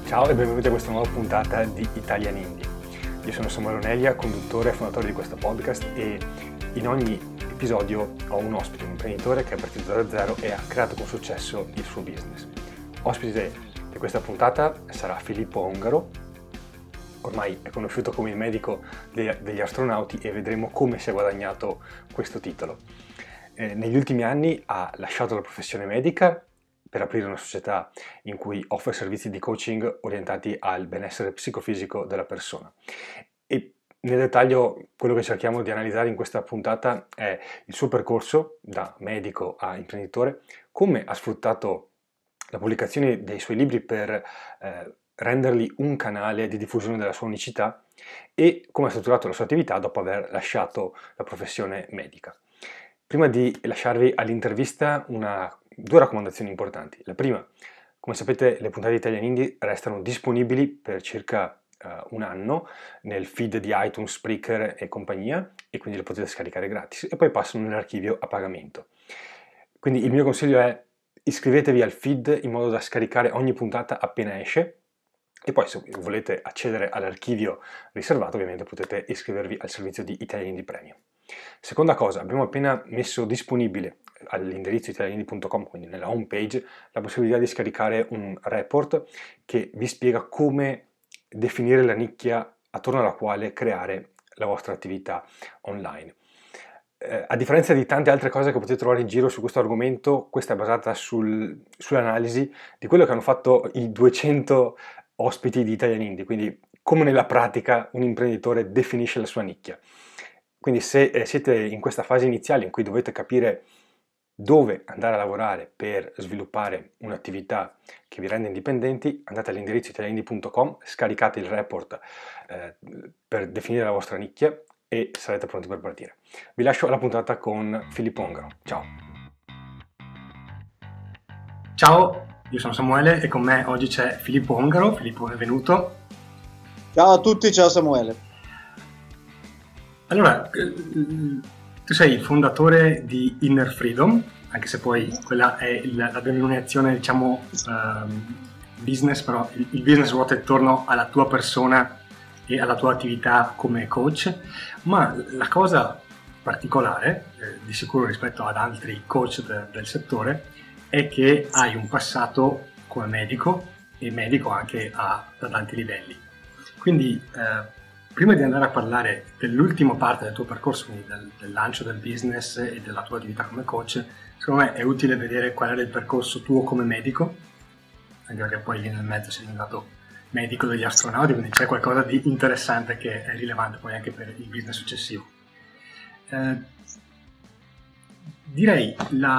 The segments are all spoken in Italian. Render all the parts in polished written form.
Ciao e benvenuti a questa nuova puntata di Italian Indie. Io sono Samuele Onelia, conduttore e fondatore di questo podcast, e in ogni episodio ho un ospite, un imprenditore che è partito da zero e ha creato con successo il suo business. Ospite di questa puntata sarà Filippo Ongaro. Ormai è conosciuto come il medico degli astronauti e vedremo come si è guadagnato questo titolo. Negli ultimi anni ha lasciato la professione medica per aprire una società in cui offre servizi di coaching orientati al benessere psicofisico della persona. E nel dettaglio quello che cerchiamo di analizzare in questa puntata è il suo percorso da medico a imprenditore, come ha sfruttato la pubblicazione dei suoi libri per renderli un canale di diffusione della sua unicità e come ha strutturato la sua attività dopo aver lasciato la professione medica. Prima di lasciarvi all'intervista due raccomandazioni importanti. La prima, come sapete, le puntate di Italian Indie restano disponibili per circa un anno nel feed di iTunes, Spreaker e compagnia, e quindi le potete scaricare gratis e poi passano nell'archivio a pagamento. Quindi il mio consiglio è: iscrivetevi al feed in modo da scaricare ogni puntata appena esce, e poi se volete accedere all'archivio riservato ovviamente potete iscrivervi al servizio di Italian Indie Premium. Seconda cosa, abbiamo appena messo disponibile all'indirizzo italianindie.com, quindi nella home page, la possibilità di scaricare un report che vi spiega come definire la nicchia attorno alla quale creare la vostra attività online. A differenza di tante altre cose che potete trovare in giro su questo argomento, questa è basata sull'analisi di quello che hanno fatto i 200 ospiti di Italian Indie, quindi come nella pratica un imprenditore definisce la sua nicchia. Quindi se siete in questa fase iniziale in cui dovete capire dove andare a lavorare per sviluppare un'attività che vi rende indipendenti, andate all'indirizzo italianindie.com, scaricate il report per definire la vostra nicchia e sarete pronti per partire. Vi lascio alla puntata con Filippo Ongaro. Ciao! Ciao, io sono Samuele e con me oggi c'è Filippo Ongaro. Filippo, benvenuto. Ciao a tutti, ciao Samuele. Allora, tu sei il fondatore di Inner Freedom, anche se poi quella è la denominazione, diciamo, business, però il business ruota intorno alla tua persona e alla tua attività come coach, ma la cosa particolare, di sicuro rispetto ad altri coach del settore, è che hai un passato come medico e medico anche ad alti livelli. Quindi, prima di andare a parlare dell'ultima parte del tuo percorso, quindi del lancio del business e della tua attività come coach, secondo me è utile vedere qual era il percorso tuo come medico, anche perché poi lì nel mezzo sei diventato medico degli astronauti, quindi c'è qualcosa di interessante che è rilevante poi anche per il business successivo. Direi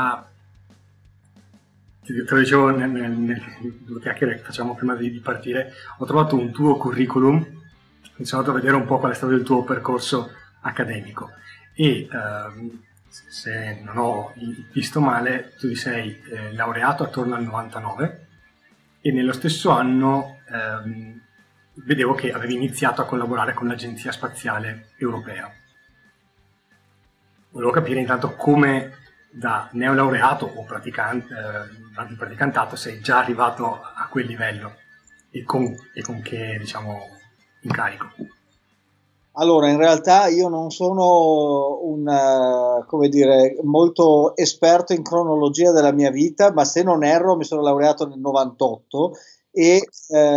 te lo dicevo nelle due chiacchiere che facciamo prima di partire, ho trovato un tuo curriculum, mi sono andato a vedere un po' qual è stato il tuo percorso accademico e se non ho visto male, tu ti sei laureato attorno al 99 e nello stesso anno vedevo che avevi iniziato a collaborare con l'Agenzia Spaziale Europea. Volevo capire intanto come da neolaureato o praticantato sei già arrivato a quel livello e con che, diciamo, incarico. Allora, in realtà io non sono molto esperto in cronologia della mia vita, ma se non erro mi sono laureato nel 98 e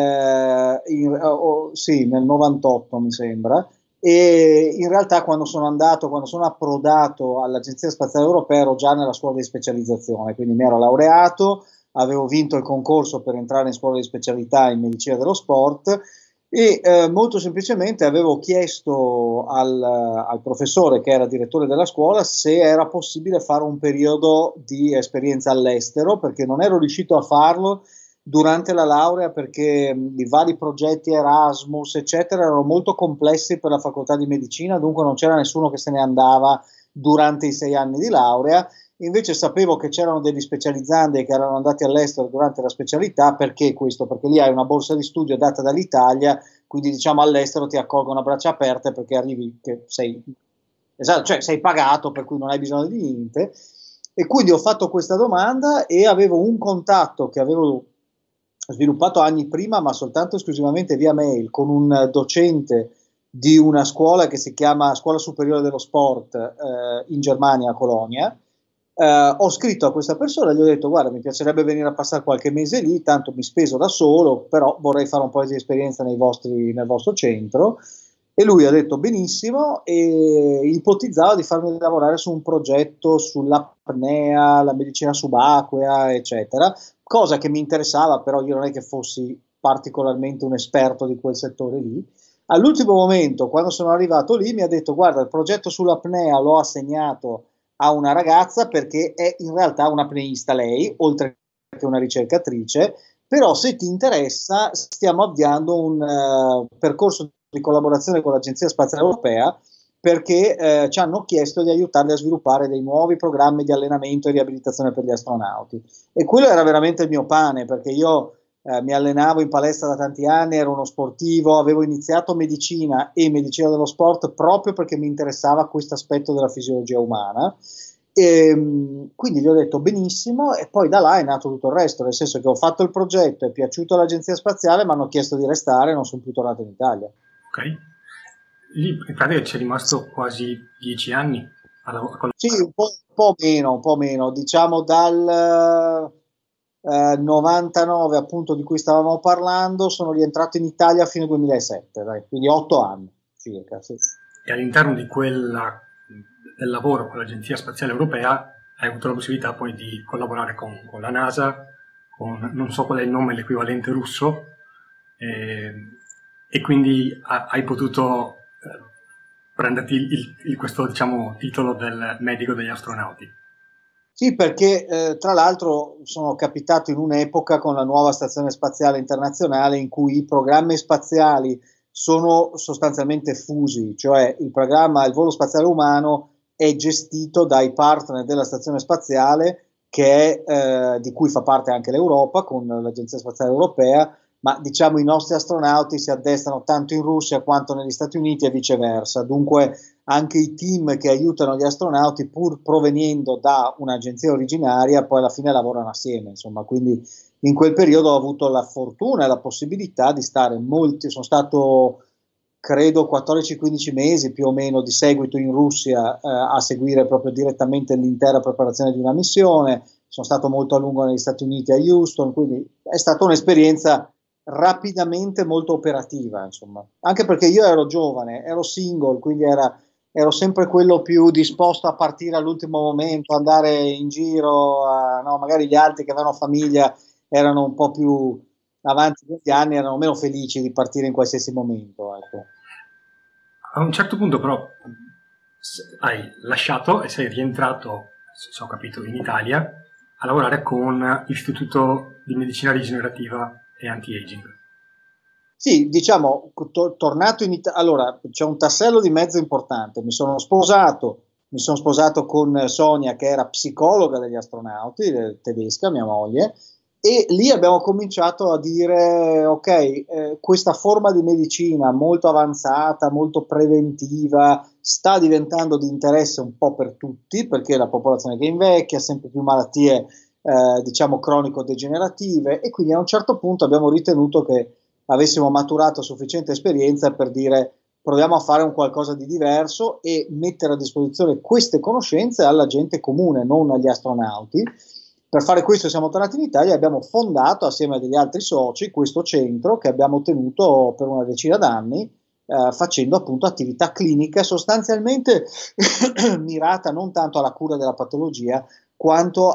sì, nel 98 mi sembra. E in realtà quando sono approdato all'Agenzia Spaziale Europea ero già nella scuola di specializzazione, quindi mi ero laureato, avevo vinto il concorso per entrare in scuola di specialità in medicina dello sport e molto semplicemente avevo chiesto al professore che era direttore della scuola se era possibile fare un periodo di esperienza all'estero, perché non ero riuscito a farlo durante la laurea perché i vari progetti Erasmus eccetera erano molto complessi per la facoltà di medicina, dunque non c'era nessuno che se ne andava durante i 6 anni di laurea. Invece sapevo che c'erano degli specializzandi che erano andati all'estero durante la specialità. Perché questo? Perché lì hai una borsa di studio data dall'Italia, quindi diciamo all'estero ti accolgono a braccia aperte perché arrivi che sei, esatto, cioè sei pagato, per cui non hai bisogno di niente. E quindi ho fatto questa domanda e avevo un contatto che avevo sviluppato anni prima, ma soltanto esclusivamente via mail, con un docente di una scuola che si chiama Scuola Superiore dello Sport in Germania, a Colonia. Ho scritto a questa persona e gli ho detto: guarda, mi piacerebbe venire a passare qualche mese lì, tanto mi speso da solo, però vorrei fare un po' di esperienza nel vostro centro. E lui ha detto benissimo e ipotizzava di farmi lavorare su un progetto sull'apnea, la medicina subacquea, eccetera, cosa che mi interessava, però io non è che fossi particolarmente un esperto di quel settore lì. All'ultimo momento, quando sono arrivato lì, mi ha detto: guarda, il progetto sull'apnea l'ho assegnato a una ragazza perché è in realtà un'apneista lei, oltre che una ricercatrice, però se ti interessa stiamo avviando un percorso di collaborazione con l'Agenzia Spaziale Europea perché ci hanno chiesto di aiutarli a sviluppare dei nuovi programmi di allenamento e riabilitazione per gli astronauti. E quello era veramente il mio pane, perché io mi allenavo in palestra da tanti anni, ero uno sportivo, avevo iniziato medicina e medicina dello sport proprio perché mi interessava questo aspetto della fisiologia umana. E, quindi gli ho detto benissimo, e poi da là è nato tutto il resto, nel senso che ho fatto il progetto, è piaciuto all'Agenzia Spaziale, mi hanno chiesto di restare e non sono più tornato in Italia. Ok, lì in pratica ci è rimasto quasi 10 anni Sì, un po' meno, diciamo dal 99 appunto di cui stavamo parlando, sono rientrato in Italia a fine 2007, dai, quindi 8 anni circa. Sì. E all'interno del lavoro con l'Agenzia Spaziale Europea hai avuto la possibilità poi di collaborare con la NASA, con non so qual è il nome, l'equivalente russo, e quindi hai potuto prenderti questo, diciamo, titolo del medico degli astronauti. Sì, perché tra l'altro sono capitato in un'epoca con la nuova Stazione Spaziale Internazionale in cui i programmi spaziali sono sostanzialmente fusi, cioè il volo spaziale umano è gestito dai partner della Stazione Spaziale di cui fa parte anche l'Europa con l'Agenzia Spaziale Europea, ma diciamo i nostri astronauti si addestrano tanto in Russia quanto negli Stati Uniti e viceversa, dunque anche i team che aiutano gli astronauti, pur provenendo da un'agenzia originaria, poi alla fine lavorano assieme, insomma, quindi in quel periodo ho avuto la fortuna e la possibilità di stare sono stato credo 14-15 mesi più o meno di seguito in Russia a seguire proprio direttamente l'intera preparazione di una missione, sono stato molto a lungo negli Stati Uniti a Houston, quindi è stata un'esperienza rapidamente molto operativa, insomma, anche perché io ero giovane, ero single, quindi ero sempre quello più disposto a partire all'ultimo momento, andare in giro, no, magari gli altri che avevano famiglia erano un po' più avanti negli anni, erano meno felici di partire in qualsiasi momento. Ecco. A un certo punto però hai lasciato e sei rientrato, se ho capito, in Italia a lavorare con l'Istituto di Medicina Rigenerativa e Anti-Aging. Sì, diciamo, tornato in Italia, allora c'è un tassello di mezzo importante, mi sono sposato con Sonia che era psicologa degli astronauti, tedesca, mia moglie, e lì abbiamo cominciato a dire, ok, questa forma di medicina molto avanzata, molto preventiva, sta diventando di interesse un po' per tutti, perché la popolazione che invecchia, sempre più malattie, diciamo, cronico-degenerative, e quindi a un certo punto abbiamo ritenuto che avessimo maturato sufficiente esperienza per dire proviamo a fare un qualcosa di diverso e mettere a disposizione queste conoscenze alla gente comune, non agli astronauti. Per fare questo siamo tornati in Italia e abbiamo fondato assieme a degli altri soci questo centro che abbiamo tenuto per una decina d'anni, facendo appunto attività clinica sostanzialmente mirata non tanto alla cura della patologia quanto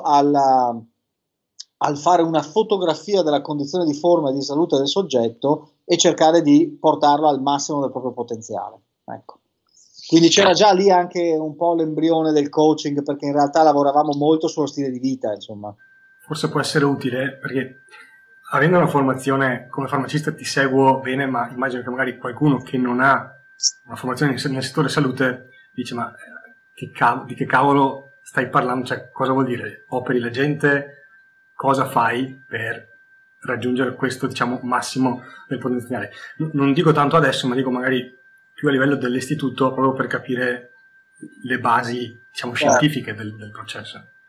al fare una fotografia della condizione di forma e di salute del soggetto e cercare di portarlo al massimo del proprio potenziale. Ecco. Quindi c'era già lì anche un po' l'embrione del coaching, perché in realtà lavoravamo molto sullo stile di vita, insomma. Forse può essere utile, perché avendo una formazione come farmacista ti seguo bene, ma immagino che magari qualcuno che non ha una formazione nel settore salute dice ma di che cavolo stai parlando? Cioè, cosa vuol dire? Operi la gente? Cosa fai per raggiungere questo, diciamo, massimo del potenziale? Non dico tanto adesso, ma dico magari più a livello dell'istituto, proprio per capire le basi, diciamo, scientifiche del processo.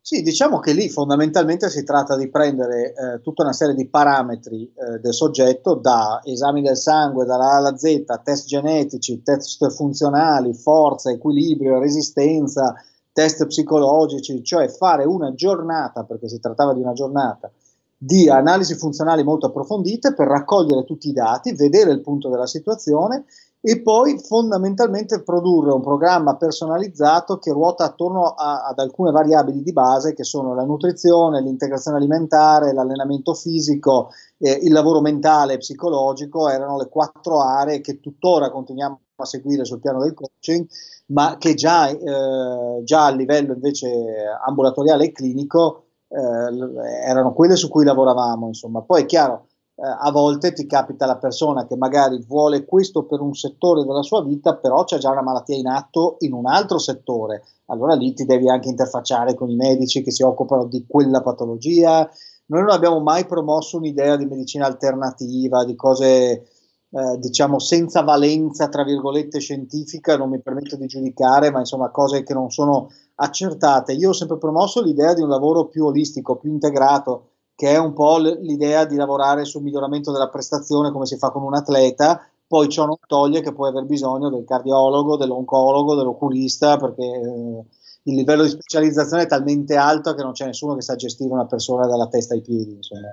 Sì, diciamo che lì fondamentalmente si tratta di prendere tutta una serie di parametri del soggetto, da esami del sangue, dalla A alla Z, test genetici, test funzionali, forza, equilibrio, resistenza, test psicologici, cioè fare una giornata, perché si trattava di una giornata, di analisi funzionali molto approfondite per raccogliere tutti i dati, vedere il punto della situazione e poi fondamentalmente produrre un programma personalizzato che ruota attorno ad alcune variabili di base che sono la nutrizione, l'integrazione alimentare, l'allenamento fisico, il lavoro mentale e psicologico. Erano le 4 aree che tuttora continuiamo a seguire sul piano del coaching, ma che già a livello invece ambulatoriale e clinico erano quelle su cui lavoravamo, insomma. Poi è chiaro, a volte ti capita la persona che magari vuole questo per un settore della sua vita, però c'è già una malattia in atto in un altro settore, allora lì ti devi anche interfacciare con i medici che si occupano di quella patologia. Noi non abbiamo mai promosso un'idea di medicina alternativa, di cose diciamo senza valenza tra virgolette scientifica, non mi permetto di giudicare, ma insomma cose che non sono accertate. Io ho sempre promosso l'idea di un lavoro più olistico, più integrato, che è un po' l'idea di lavorare sul miglioramento della prestazione come si fa con un atleta. Poi ciò non toglie che puoi aver bisogno del cardiologo, dell'oncologo, dell'oculista, perché il livello di specializzazione è talmente alto che non c'è nessuno che sa gestire una persona dalla testa ai piedi, insomma.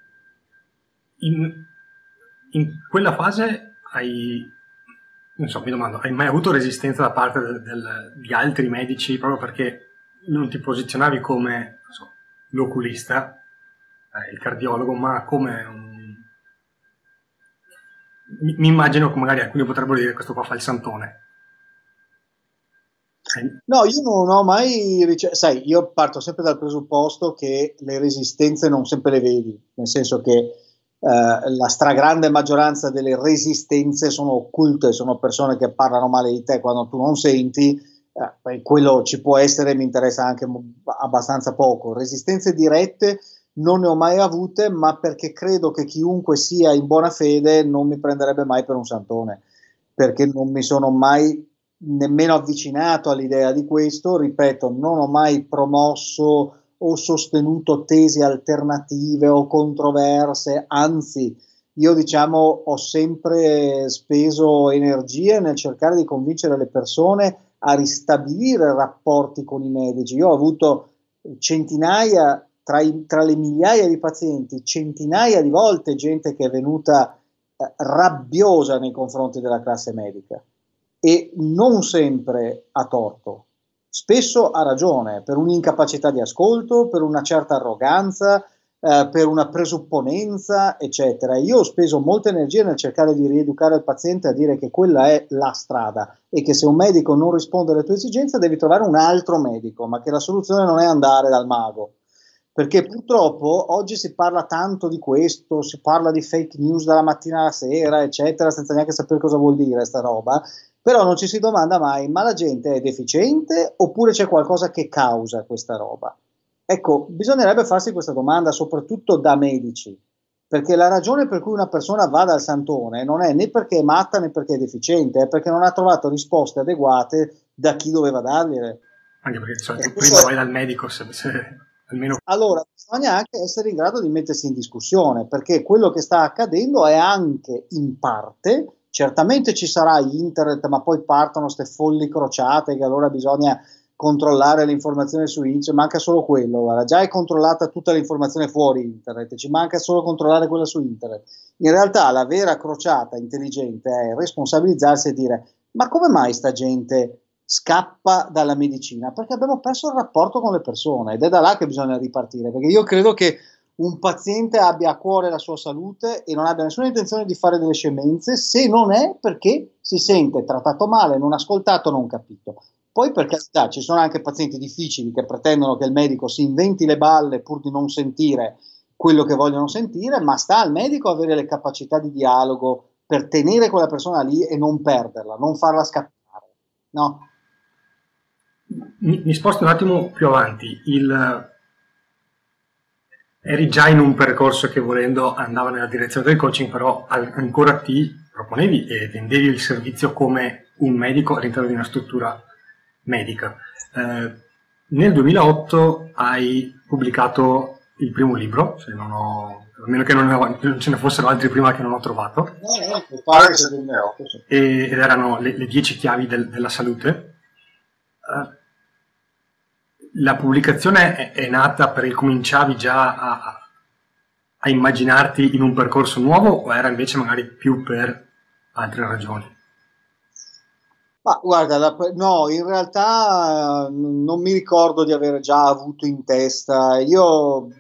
In quella fase mi domando, hai mai avuto resistenza da parte di altri medici proprio perché non ti posizionavi come l'oculista, il cardiologo, ma come mi immagino che magari alcuni potrebbero dire questo qua fa il santone. No, io non ho mai sai, io parto sempre dal presupposto che le resistenze non sempre le vedi, nel senso che la stragrande maggioranza delle resistenze sono occulte, sono persone che parlano male di te quando tu non senti, quello ci può essere, mi interessa anche abbastanza poco. Resistenze dirette non ne ho mai avute, ma perché credo che chiunque sia in buona fede non mi prenderebbe mai per un santone, perché non mi sono mai nemmeno avvicinato all'idea di questo. Ripeto, non ho mai promosso o sostenuto tesi alternative o controverse, anzi io diciamo ho sempre speso energie nel cercare di convincere le persone a ristabilire rapporti con i medici. Io ho avuto centinaia, tra le migliaia di pazienti, centinaia di volte gente che è venuta rabbiosa nei confronti della classe medica, e non sempre a torto. Spesso ha ragione, per un'incapacità di ascolto, per una certa arroganza, per una presupponenza, eccetera. Io ho speso molta energia nel cercare di rieducare il paziente a dire che quella è la strada e che se un medico non risponde alle tue esigenze devi trovare un altro medico, ma che la soluzione non è andare dal mago. Perché purtroppo oggi si parla tanto di questo, si parla di fake news dalla mattina alla sera, eccetera, senza neanche sapere cosa vuol dire sta roba. Però non ci si domanda mai, ma la gente è deficiente oppure c'è qualcosa che causa questa roba? Ecco, bisognerebbe farsi questa domanda soprattutto da medici, perché la ragione per cui una persona va dal santone non è né perché è matta né perché è deficiente, è perché non ha trovato risposte adeguate da chi doveva dargliele. Anche perché di solito prima vai dal medico se almeno... Allora, bisogna anche essere in grado di mettersi in discussione, perché quello che sta accadendo è anche in parte... Certamente ci sarà internet, ma poi partono queste folli crociate che allora bisogna controllare l'informazione su internet. Manca solo quello, guarda. Già è controllata tutta l'informazione fuori internet, ci manca solo controllare quella su internet. In realtà la vera crociata intelligente è responsabilizzarsi e dire: ma come mai sta gente scappa dalla medicina? Perché abbiamo perso il rapporto con le persone, ed è da là che bisogna ripartire, perché io credo che un paziente abbia a cuore la sua salute e non abbia nessuna intenzione di fare delle scemenze, se non è perché si sente trattato male, non ascoltato, non capito. Poi, per carità, ci sono anche pazienti difficili che pretendono che il medico si inventi le balle pur di non sentire quello che vogliono sentire, ma sta al medico avere le capacità di dialogo per tenere quella persona lì e non perderla, non farla scappare, no? Mi sposto un attimo più avanti. Eri già in un percorso che volendo andava nella direzione del coaching, però ancora ti proponevi e vendevi il servizio come un medico all'interno di una struttura medica. Nel 2008 hai pubblicato il primo libro, se non ho, a meno che non ce ne fossero altri prima che non ho trovato. No, mi pare che sia il 2008, sì. Ed erano le 10 chiavi della salute. La pubblicazione è nata perché cominciavi già a immaginarti in un percorso nuovo, o era invece magari più per altre ragioni? Ma guarda, no, in realtà non mi ricordo di aver già avuto in testa. Io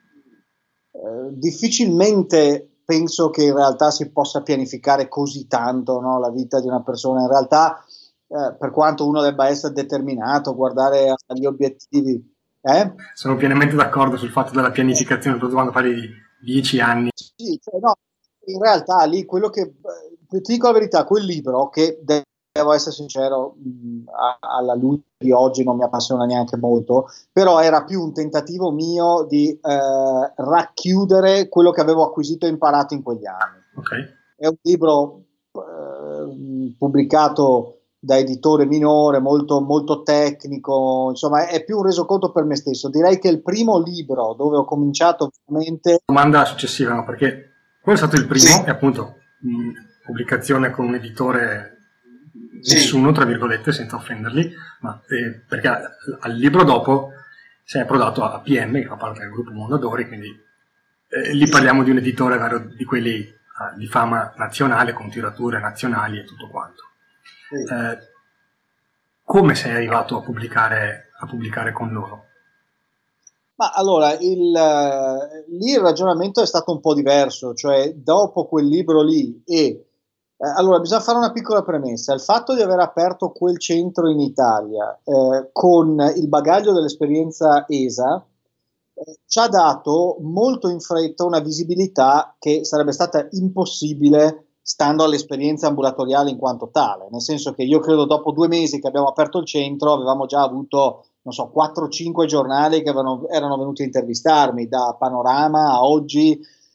difficilmente penso che in realtà si possa pianificare così tanto, no, la vita di una persona. In realtà, per quanto uno debba essere determinato, guardare agli obiettivi, Sono pienamente d'accordo sul fatto della pianificazione, soprattutto quando parli di 10 anni. Sì, cioè, no, in realtà lì quello che ti dico la verità, quel libro che devo essere sincero, alla luce di oggi non mi appassiona neanche molto, però era più un tentativo mio di racchiudere quello che avevo acquisito e imparato in quegli anni. Okay. È un libro pubblicato da editore minore, molto, molto tecnico, insomma è più un resoconto per me stesso. Direi che il primo libro dove ho cominciato veramente... Domanda successiva, no? Perché quello è stato il primo, Sì. e appunto pubblicazione con un editore nessuno, tra virgolette, senza offenderli, ma perché al libro dopo si è approdato a PM, che fa parte del gruppo Mondadori, quindi lì parliamo di un editore vero, di quelli di fama nazionale, con tirature nazionali e tutto quanto. Sì. Come sei arrivato a pubblicare con loro? Ma allora, lì il ragionamento è stato un po' diverso, cioè dopo quel libro lì allora bisogna fare una piccola premessa, il fatto di aver aperto quel centro in Italia con il bagaglio dell'esperienza ESA ci ha dato molto in fretta una visibilità che sarebbe stata impossibile stando all'esperienza ambulatoriale in quanto tale, nel senso che io credo dopo 2 mesi che abbiamo aperto il centro avevamo già avuto, non so, 4-5 giornali che erano venuti a intervistarmi, da Panorama a Oggi,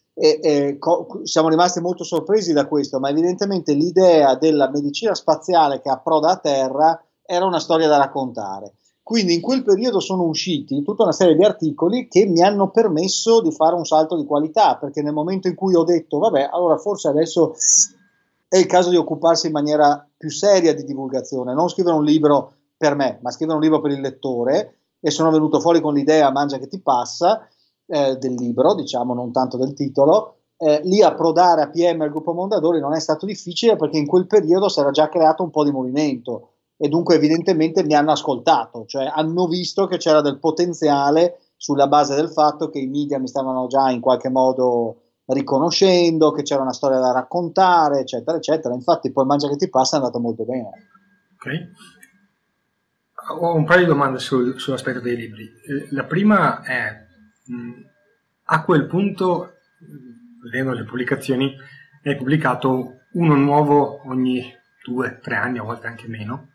siamo rimasti molto sorpresi da questo, ma evidentemente l'idea della medicina spaziale che approda a terra era una storia da raccontare. Quindi in quel periodo sono usciti tutta una serie di articoli che mi hanno permesso di fare un salto di qualità, perché nel momento in cui ho detto, vabbè, allora forse adesso è il caso di occuparsi in maniera più seria di divulgazione, non scrivere un libro per me, ma scrivere un libro per il lettore, e sono venuto fuori con l'idea Mangia che ti passa, del libro, diciamo, non tanto del titolo. Lì approdare a PM al gruppo Mondadori non è stato difficile perché in quel periodo si era già creato un po' di movimento e dunque evidentemente mi hanno ascoltato, cioè hanno visto che c'era del potenziale sulla base del fatto che i media mi stavano già in qualche modo riconoscendo, che c'era una storia da raccontare, eccetera, eccetera. Infatti poi Mangia che ti passa è andato molto bene. Ok. Ho un paio di domande sull'aspetto dei libri. La prima è, a quel punto, vedendo le pubblicazioni, hai pubblicato uno nuovo ogni 2-3 anni, a volte anche meno.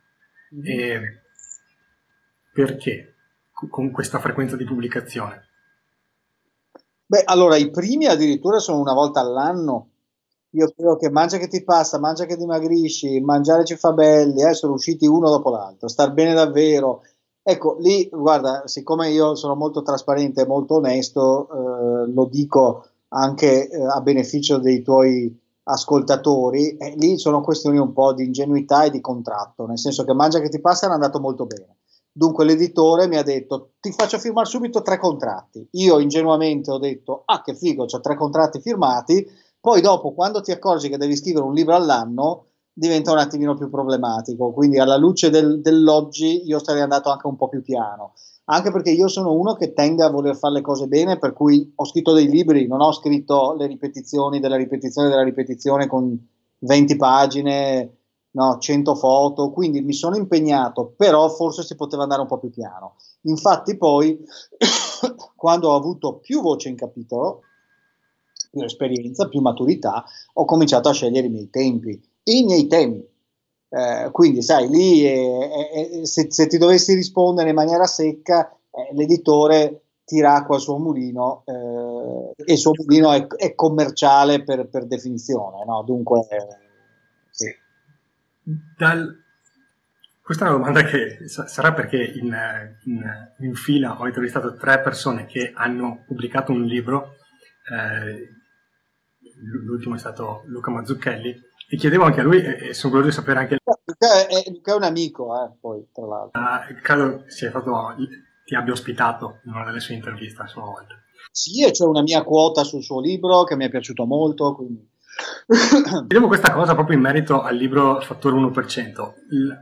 Perché con questa frequenza di pubblicazione? Beh, allora i primi addirittura sono una volta all'anno. Io credo che Mangia che ti passa, Mangia che dimagrisci, Mangiare ci fa belli, sono usciti uno dopo l'altro, Star bene davvero. Ecco, lì, guarda, siccome io sono molto trasparente e molto onesto, lo dico anche a beneficio dei tuoi ascoltatori, lì sono questioni un po' di ingenuità e di contratto, nel senso che Mangia che ti passa era andato molto bene. Dunque l'editore mi ha detto ti faccio firmare subito 3 contratti. Io ingenuamente ho detto ah che figo, ho 3 contratti firmati. Poi dopo, quando ti accorgi che devi scrivere un libro all'anno, diventa un attimino più problematico. Quindi alla luce dell'oggi io sarei andato anche un po' più piano. Anche perché io sono uno che tende a voler fare le cose bene, per cui ho scritto dei libri, non ho scritto le ripetizioni della ripetizione della ripetizione con 20 pagine, no, 100 foto, quindi mi sono impegnato, però forse si poteva andare un po' più piano. Infatti poi, quando ho avuto più voce in capitolo, più esperienza, più maturità, ho cominciato a scegliere i miei tempi e i miei temi. Quindi, sai, lì se ti dovessi rispondere in maniera secca, l'editore tira acqua al suo mulino e il suo mulino è commerciale per definizione, no? Dunque, sì. Questa è una domanda che sarà perché in fila ho intervistato 3 persone che hanno pubblicato un libro, l'ultimo è stato Luca Mazzucchelli, e chiedevo anche a lui, e sono curioso di sapere anche Luca è un amico, poi, tra l'altro. credo ti abbia ospitato in una delle sue interviste a sua volta. Sì, e c'è una mia quota sul suo libro che mi è piaciuto molto, quindi... Chiedevo questa cosa proprio in merito al libro Fattore 1%.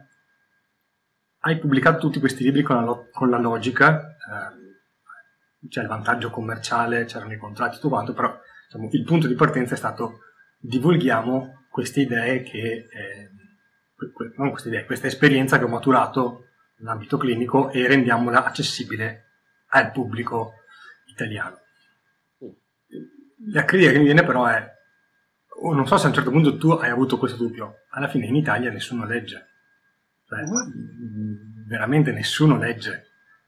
Hai pubblicato tutti questi libri con la logica, c'è il vantaggio commerciale, c'erano i contratti, tutto quanto, però diciamo, il punto di partenza è stato divulghiamo queste idee non queste idee, questa esperienza che ho maturato nell'ambito clinico e rendiamola accessibile al pubblico italiano. La critica che mi viene però è, non so se a un certo punto tu hai avuto questo dubbio, alla fine in Italia nessuno legge. Veramente nessuno legge,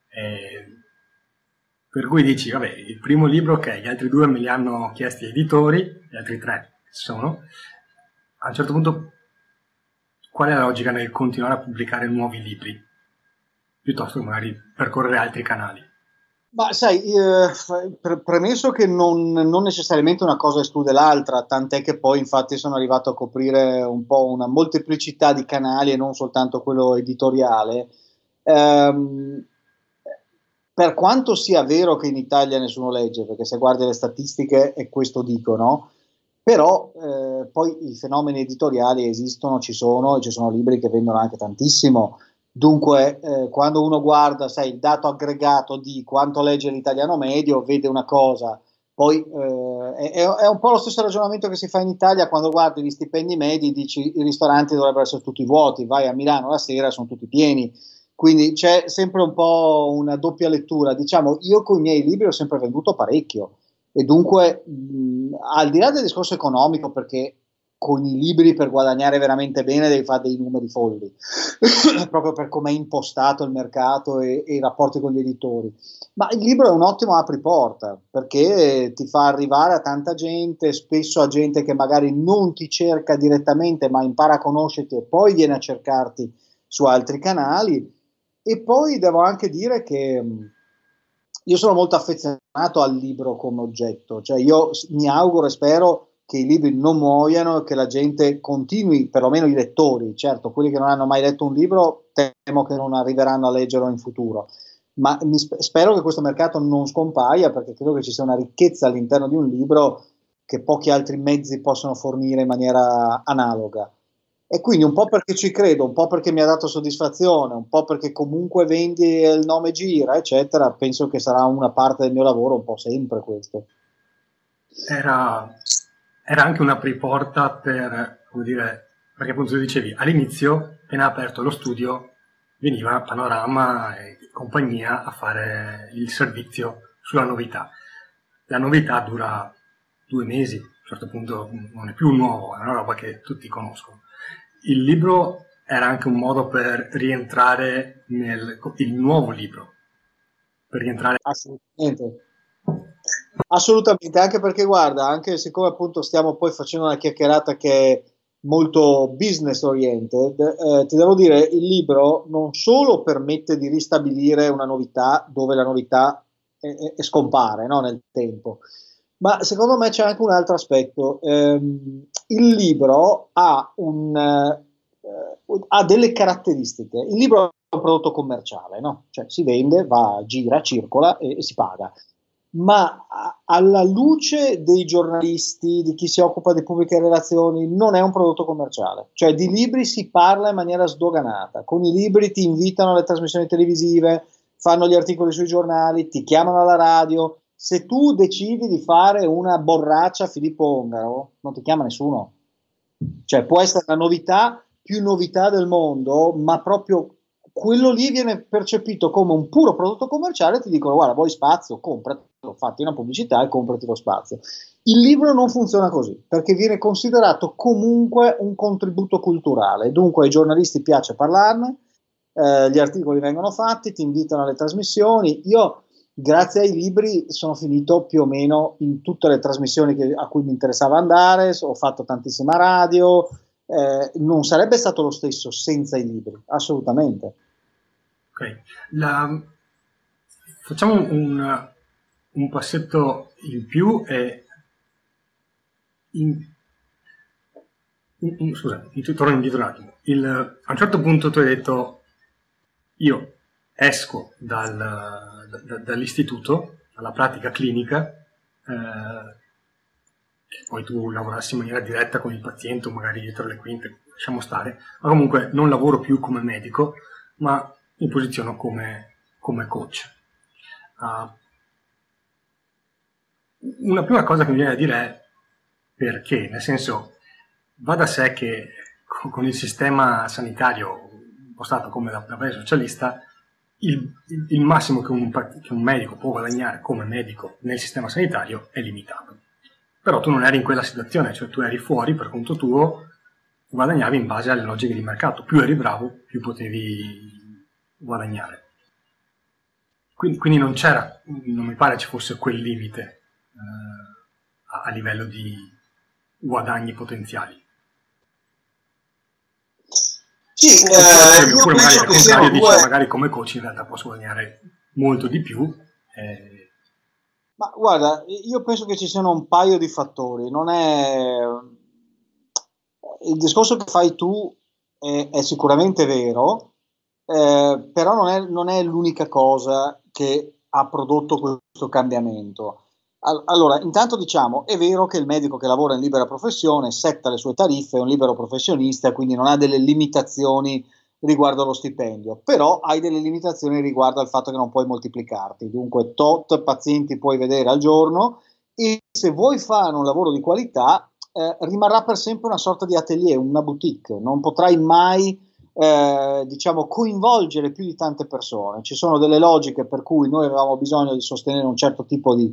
per cui dici vabbè, il primo libro ok, gli altri 2 me li hanno chiesti gli editori, gli altri 3 sono, a un certo punto qual è la logica nel continuare a pubblicare nuovi libri piuttosto che magari percorrere altri canali? Ma sai, premesso che non necessariamente una cosa esclude l'altra, tant'è che poi infatti sono arrivato a coprire un po' una molteplicità di canali e non soltanto quello editoriale. Per quanto sia vero che in Italia nessuno legge, perché se guardi le statistiche e questo dicono, però poi i fenomeni editoriali esistono, ci sono, e ci sono libri che vendono anche tantissimo. Dunque, quando uno guarda, sai, il dato aggregato di quanto legge l'italiano medio, vede una cosa. Poi è un po' lo stesso ragionamento che si fa in Italia quando guardi gli stipendi medi, dici i ristoranti dovrebbero essere tutti vuoti, vai a Milano la sera, sono tutti pieni. Quindi c'è sempre un po' una doppia lettura. Diciamo, io con i miei libri ho sempre venduto parecchio e dunque, al di là del discorso economico, perché con i libri per guadagnare veramente bene devi fare dei numeri folli, proprio per come è impostato il mercato e i rapporti con gli editori. Ma il libro è un ottimo apriporta, perché ti fa arrivare a tanta gente, spesso a gente che magari non ti cerca direttamente, ma impara a conoscerti e poi viene a cercarti su altri canali. E poi devo anche dire che io sono molto affezionato al libro come oggetto, cioè io mi auguro e spero che i libri non muoiano e che la gente continui, perlomeno i lettori, certo, quelli che non hanno mai letto un libro temo che non arriveranno a leggerlo in futuro, ma spero che questo mercato non scompaia, perché credo che ci sia una ricchezza all'interno di un libro che pochi altri mezzi possono fornire in maniera analoga. E quindi un po' perché ci credo, un po' perché mi ha dato soddisfazione, un po' perché comunque vendi e il nome gira, eccetera, penso che sarà una parte del mio lavoro un po' sempre questo. Era anche un'apriporta per, come dire, perché appunto tu dicevi, all'inizio, appena aperto lo studio, veniva Panorama e compagnia a fare il servizio sulla novità. La novità dura 2 mesi, a un certo punto non è più nuovo, è una roba che tutti conoscono. Il libro era anche un modo per rientrare il nuovo libro, per rientrare... Assolutamente. Assolutamente, anche perché guarda, anche siccome appunto stiamo poi facendo una chiacchierata che è molto business oriented, ti devo dire, il libro non solo permette di ristabilire una novità dove la novità è scompare, no, nel tempo, ma secondo me c'è anche un altro aspetto. Il libro ha delle caratteristiche. Il libro è un prodotto commerciale, no? Cioè si vende, va, gira, circola e si paga. Ma alla luce dei giornalisti, di chi si occupa di pubbliche relazioni, non è un prodotto commerciale. Cioè di libri si parla in maniera sdoganata. Con i libri ti invitano alle trasmissioni televisive, fanno gli articoli sui giornali, ti chiamano alla radio. Se tu decidi di fare una borraccia a Filippo Ongaro, non ti chiama nessuno. Cioè può essere la novità più novità del mondo, ma proprio quello lì viene percepito come un puro prodotto commerciale e ti dicono guarda, vuoi spazio, compratelo, fatti una pubblicità e comprati lo spazio. Il libro non funziona così, perché viene considerato comunque un contributo culturale, dunque ai giornalisti piace parlarne, gli articoli vengono fatti, ti invitano alle trasmissioni. Io grazie ai libri sono finito più o meno in tutte le trasmissioni a cui mi interessava andare, ho fatto tantissima radio, non sarebbe stato lo stesso senza i libri, assolutamente. Ok, facciamo un passetto in più e scusa, torno indietro un attimo. A un certo punto tu hai detto, io esco dall'istituto, dalla pratica clinica, che poi tu lavorassi in maniera diretta con il paziente o magari dietro le quinte, lasciamo stare, ma comunque non lavoro più come medico, ma mi posiziono come coach. Una prima cosa che mi viene da dire è perché, nel senso, va da sé che con il sistema sanitario impostato come da paese socialista, il massimo che un medico può guadagnare come medico nel sistema sanitario è limitato. Però tu non eri in quella situazione, cioè tu eri fuori per conto tuo, guadagnavi in base alle logiche di mercato. Più eri bravo, più potevi guadagnare. Quindi non mi pare ci fosse quel limite a livello di guadagni potenziali. Sì, oppure magari al contrario dice magari come coach in realtà posso guadagnare molto di più. Ma guarda, io penso che ci siano un paio di fattori. Non è il discorso che fai tu è sicuramente vero, però non è l'unica cosa che ha prodotto questo cambiamento. Allora, intanto diciamo, è vero che il medico che lavora in libera professione setta le sue tariffe, è un libero professionista, quindi non ha delle limitazioni riguardo allo stipendio, però hai delle limitazioni riguardo al fatto che non puoi moltiplicarti, dunque tot pazienti puoi vedere al giorno e se vuoi fare un lavoro di qualità rimarrà per sempre una sorta di atelier, una boutique, non potrai mai diciamo coinvolgere più di tante persone. Ci sono delle logiche per cui noi avevamo bisogno di sostenere un certo tipo di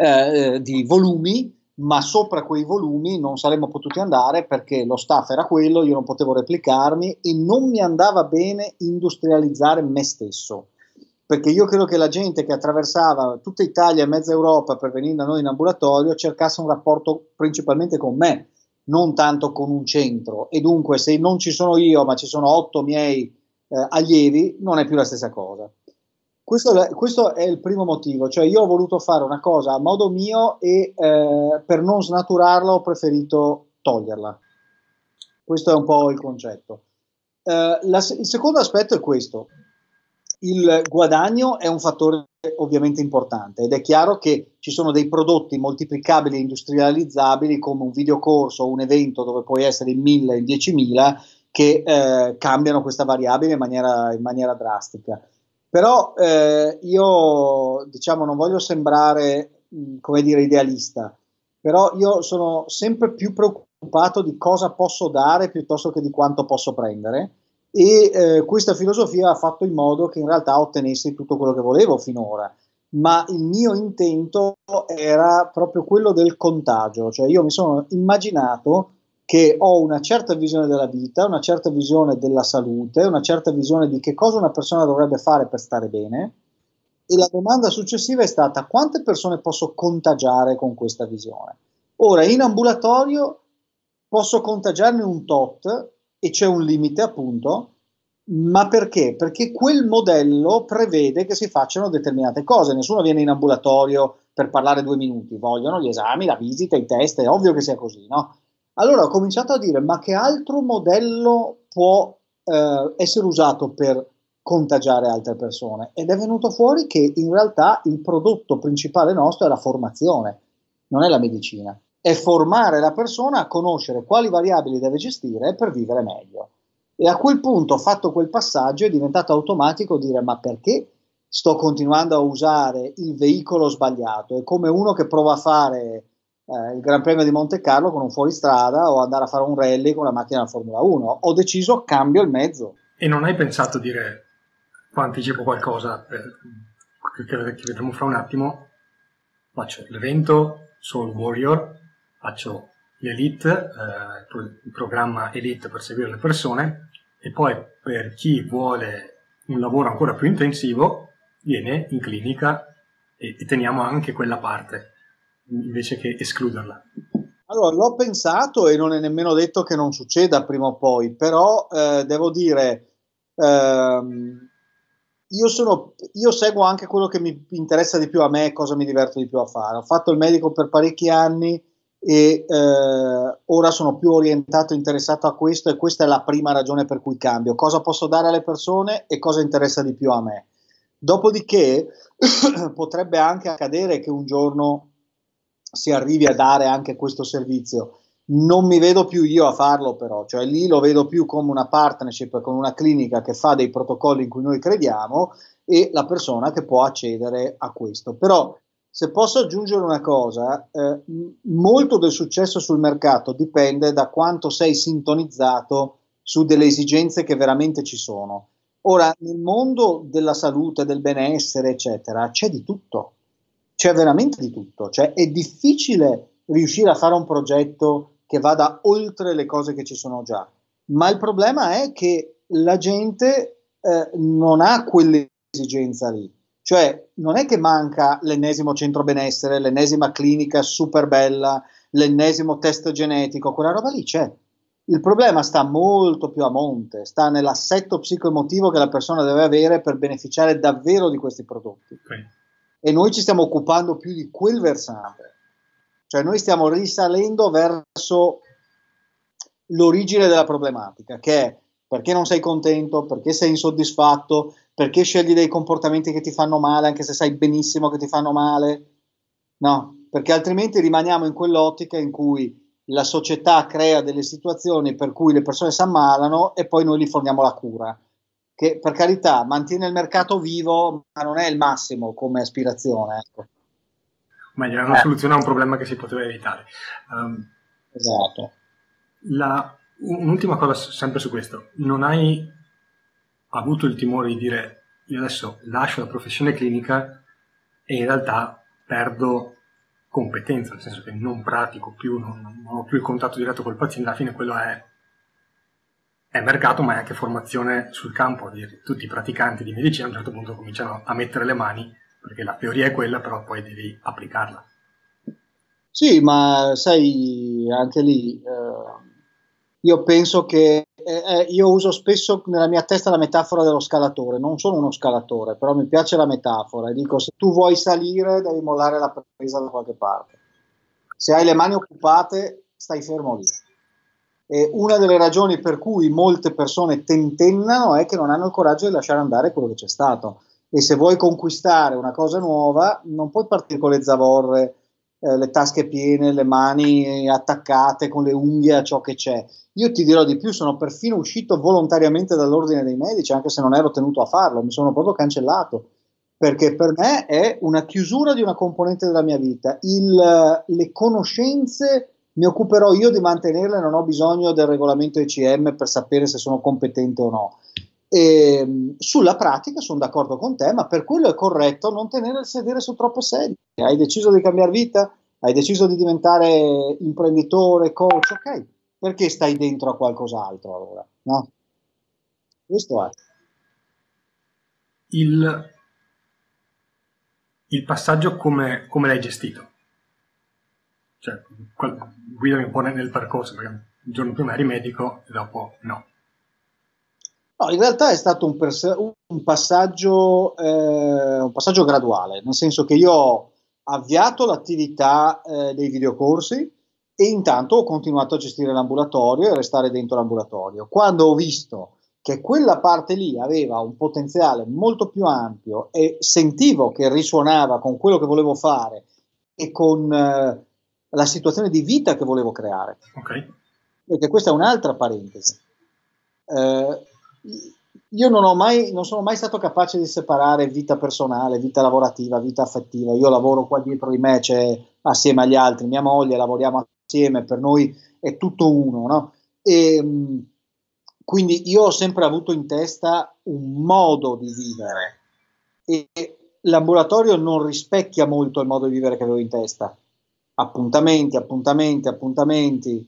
volumi, ma sopra quei volumi non saremmo potuti andare perché lo staff era quello, io non potevo replicarmi e non mi andava bene industrializzare me stesso, perché io credo che la gente che attraversava tutta Italia e mezza Europa per venire da noi in ambulatorio cercasse un rapporto principalmente con me, non tanto con un centro, e dunque se non ci sono io ma ci sono 8 miei allievi non è più la stessa cosa. Questo è il primo motivo, cioè io ho voluto fare una cosa a modo mio e per non snaturarla ho preferito toglierla. Questo è un po' il concetto. Il secondo aspetto è questo. Il guadagno è un fattore ovviamente importante ed è chiaro che ci sono dei prodotti moltiplicabili e industrializzabili come un videocorso o un evento dove puoi essere in 1000, in 10.000 che cambiano questa variabile in maniera drastica. Però io diciamo non voglio sembrare come dire idealista, però io sono sempre più preoccupato di cosa posso dare piuttosto che di quanto posso prendere e questa filosofia ha fatto in modo che in realtà ottenessi tutto quello che volevo finora, ma il mio intento era proprio quello del contagio, cioè io mi sono immaginato che ho una certa visione della vita, una certa visione della salute, una certa visione di che cosa una persona dovrebbe fare per stare bene e la domanda successiva è stata quante persone posso contagiare con questa visione. Ora in ambulatorio posso contagiarne un tot e c'è un limite appunto, ma perché? Perché quel modello prevede che si facciano determinate cose, nessuno viene in ambulatorio per parlare 2 minuti, vogliono gli esami, la visita, i test, è ovvio che sia così, no? Allora ho cominciato a dire, ma che altro modello può essere usato per contagiare altre persone? Ed è venuto fuori che in realtà il prodotto principale nostro è la formazione, non è la medicina. È formare la persona a conoscere quali variabili deve gestire per vivere meglio. E a quel punto, fatto quel passaggio, è diventato automatico dire, ma perché sto continuando a usare il veicolo sbagliato? È come uno che prova a fare il Gran Premio di Monte Carlo con un fuoristrada o andare a fare un rally con la macchina della Formula 1. Ho deciso, cambio il mezzo. E non hai pensato a dire, qua anticipo qualcosa che vedremo fra un attimo, faccio l'evento Soul Warrior, faccio l'Elite, il programma Elite per seguire le persone e poi per chi vuole un lavoro ancora più intensivo viene in clinica e teniamo anche quella parte invece che escluderla. Allora, l'ho pensato e non è nemmeno detto che non succeda prima o poi, però devo dire, ehm, io seguo anche quello che mi interessa di più a me e cosa mi diverto di più a fare. Ho fatto il medico per parecchi anni e ora sono più orientato e interessato a questo, e questa è la prima ragione per cui cambio. Cosa posso dare alle persone e cosa interessa di più a me. Dopodiché potrebbe anche accadere che un giorno si arrivi a dare anche questo servizio. Non mi vedo più io a farlo, però, cioè lì lo vedo più come una partnership con una clinica che fa dei protocolli in cui noi crediamo e la persona che può accedere a questo. Però, se posso aggiungere una cosa, molto del successo sul mercato dipende da quanto sei sintonizzato su delle esigenze che veramente ci sono. Ora, nel mondo della salute, del benessere, eccetera, c'è di tutto, c'è veramente di tutto, cioè è difficile riuscire a fare un progetto che vada oltre le cose che ci sono già, ma il problema è che la gente non ha quell'esigenza lì, cioè non è che manca l'ennesimo centro benessere, l'ennesima clinica super bella, l'ennesimo test genetico, quella roba lì c'è. Il problema sta molto più a monte, sta nell'assetto psicoemotivo che la persona deve avere per beneficiare davvero di questi prodotti. Okay. E noi ci stiamo occupando più di quel versante, cioè noi stiamo risalendo verso l'origine della problematica, che è perché non sei contento, perché sei insoddisfatto, perché scegli dei comportamenti che ti fanno male, anche se sai benissimo che ti fanno male. No, perché altrimenti rimaniamo in quell'ottica in cui la società crea delle situazioni per cui le persone si ammalano e poi noi gli forniamo la cura, che per carità mantiene il mercato vivo, ma non è il massimo come aspirazione. Ecco. Meglio, è una soluzione a un problema che si poteva evitare. Esatto. Un'ultima cosa sempre su questo. Non hai avuto il timore di dire io adesso lascio la professione clinica e in realtà perdo competenza, nel senso che non pratico più, non ho più il contatto diretto col paziente, alla fine quello è mercato, ma è anche formazione sul campo. Tutti i praticanti di medicina a un certo punto cominciano a mettere le mani, perché la teoria è quella, però poi devi applicarla. Sì, ma sai, anche lì io penso che io uso spesso nella mia testa la metafora dello scalatore. Non sono uno scalatore, però mi piace la metafora. E dico, se tu vuoi salire, devi mollare la presa da qualche parte. Se hai le mani occupate, stai fermo lì. E una delle ragioni per cui molte persone tentennano è che non hanno il coraggio di lasciare andare quello che c'è stato. E se vuoi conquistare una cosa nuova, non puoi partire con le zavorre, le tasche piene, le mani attaccate con le unghie a ciò che c'è. Io ti dirò di più, sono perfino uscito volontariamente dall'ordine dei medici, anche se non ero tenuto a farlo, mi sono proprio cancellato, perché per me è una chiusura di una componente della mia vita. Le conoscenze mi occuperò io di mantenerle, non ho bisogno del regolamento ECM per sapere se sono competente o no. E, sulla pratica sono d'accordo con te, ma per quello è corretto non tenere il sedere su troppe sedie. Hai deciso di cambiare vita? Hai deciso di diventare imprenditore, coach? Ok, perché stai dentro a qualcos'altro allora? No? Questo è. Il passaggio come l'hai gestito? Cioè, guidami un po' nel percorso, perché il giorno prima eri medico e dopo no. No, in realtà è stato un passaggio graduale, nel senso che io ho avviato l'attività dei videocorsi e intanto ho continuato a gestire l'ambulatorio e restare dentro l'ambulatorio. Quando ho visto che quella parte lì aveva un potenziale molto più ampio e sentivo che risuonava con quello che volevo fare e con la situazione di vita che volevo creare. Okay. Perché questa è un'altra parentesi. Io non sono mai stato capace di separare vita personale, vita lavorativa, vita affettiva. Io lavoro qua dietro di me, cioè, assieme agli altri, mia moglie, lavoriamo assieme, per noi è tutto uno, no? E quindi io ho sempre avuto in testa un modo di vivere e l'ambulatorio non rispecchia molto il modo di vivere che avevo in testa. Appuntamenti, appuntamenti, appuntamenti.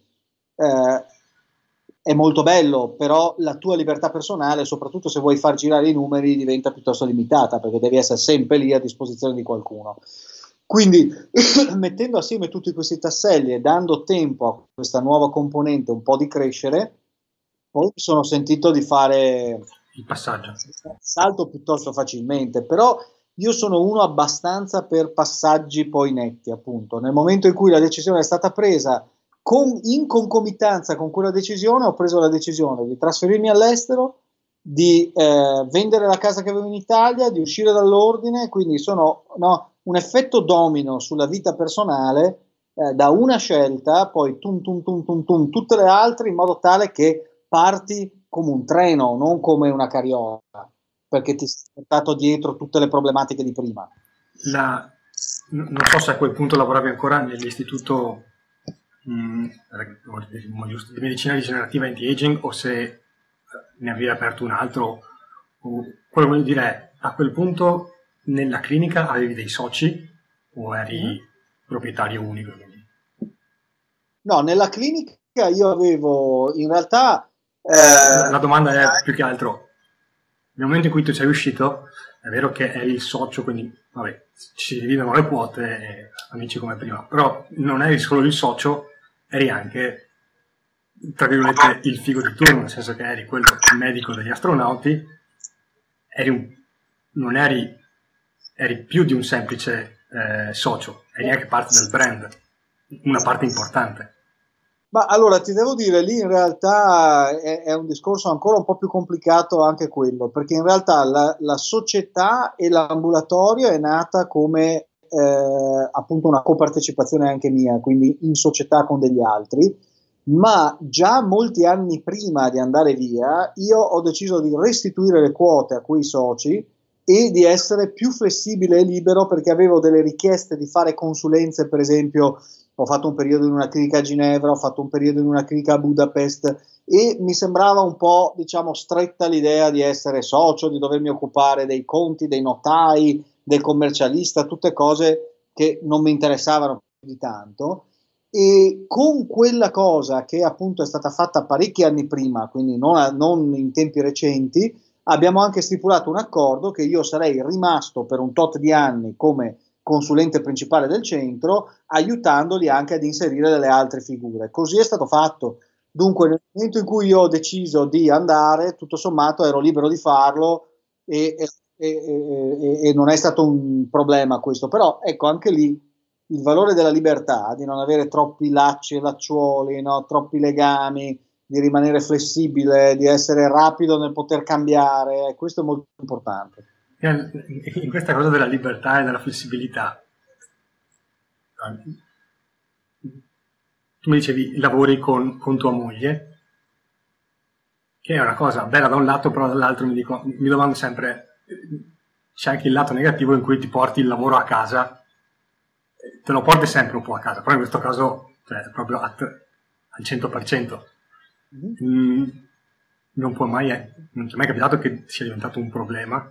È molto bello, però la tua libertà personale, soprattutto se vuoi far girare i numeri, diventa piuttosto limitata, perché devi essere sempre lì a disposizione di qualcuno. Quindi mettendo assieme tutti questi tasselli e dando tempo a questa nuova componente un po' di crescere, poi mi sono sentito di fare il passaggio. il salto piuttosto facilmente, però io sono uno abbastanza per passaggi poi netti, appunto. Nel momento in cui la decisione è stata presa, in concomitanza con quella decisione, ho preso la decisione di trasferirmi all'estero, di vendere la casa che avevo in Italia, di uscire dall'ordine, quindi sono un effetto domino sulla vita personale, da una scelta, poi tutte le altre, in modo tale che parti come un treno, non come una carriola, perché ti sei portato dietro tutte le problematiche di prima. Non so se a quel punto lavoravi ancora nell'istituto di medicina rigenerativa anti-aging o se ne avevi aperto un altro. Quello voglio dire è, a quel punto nella clinica avevi dei soci o eri proprietario unico? No, nella clinica io avevo in realtà... La domanda è più che altro, nel momento in cui tu sei uscito, è vero che eri il socio, quindi vabbè, ci dividono le quote, e amici come prima, però non eri solo il socio, eri anche, tra virgolette, il figo di turno, nel senso che eri quello medico degli astronauti, eri più di un semplice socio, eri anche parte del brand, una parte importante. Ma allora ti devo dire, lì in realtà è un discorso ancora un po' più complicato anche quello, perché in realtà la società e l'ambulatorio è nata come appunto una copartecipazione anche mia, quindi in società con degli altri, ma già molti anni prima di andare via io ho deciso di restituire le quote a quei soci e di essere più flessibile e libero, perché avevo delle richieste di fare consulenze, per esempio. Ho fatto un periodo in una clinica a Ginevra, ho fatto un periodo in una clinica a Budapest e mi sembrava un po', diciamo, stretta l'idea di essere socio, di dovermi occupare dei conti, dei notai, del commercialista, tutte cose che non mi interessavano più di tanto. E con quella cosa che appunto è stata fatta parecchi anni prima, quindi non in tempi recenti, abbiamo anche stipulato un accordo che io sarei rimasto per un tot di anni come consulente principale del centro, aiutandoli anche ad inserire delle altre figure. Così è stato fatto. Dunque, nel momento in cui io ho deciso di andare, tutto sommato ero libero di farlo e non è stato un problema questo. Però ecco, anche lì il valore della libertà, di non avere troppi lacci e lacciuoli, no? Troppi legami, di rimanere flessibile, di essere rapido nel poter cambiare, questo è molto importante. In questa cosa della libertà e della flessibilità, tu mi dicevi lavori con tua moglie, che è una cosa bella da un lato, però dall'altro mi domando sempre, c'è anche il lato negativo in cui ti porti il lavoro a casa, te lo porti sempre un po' a casa, però in questo caso cioè, proprio al 100%. Non ti è mai capitato che sia diventato un problema?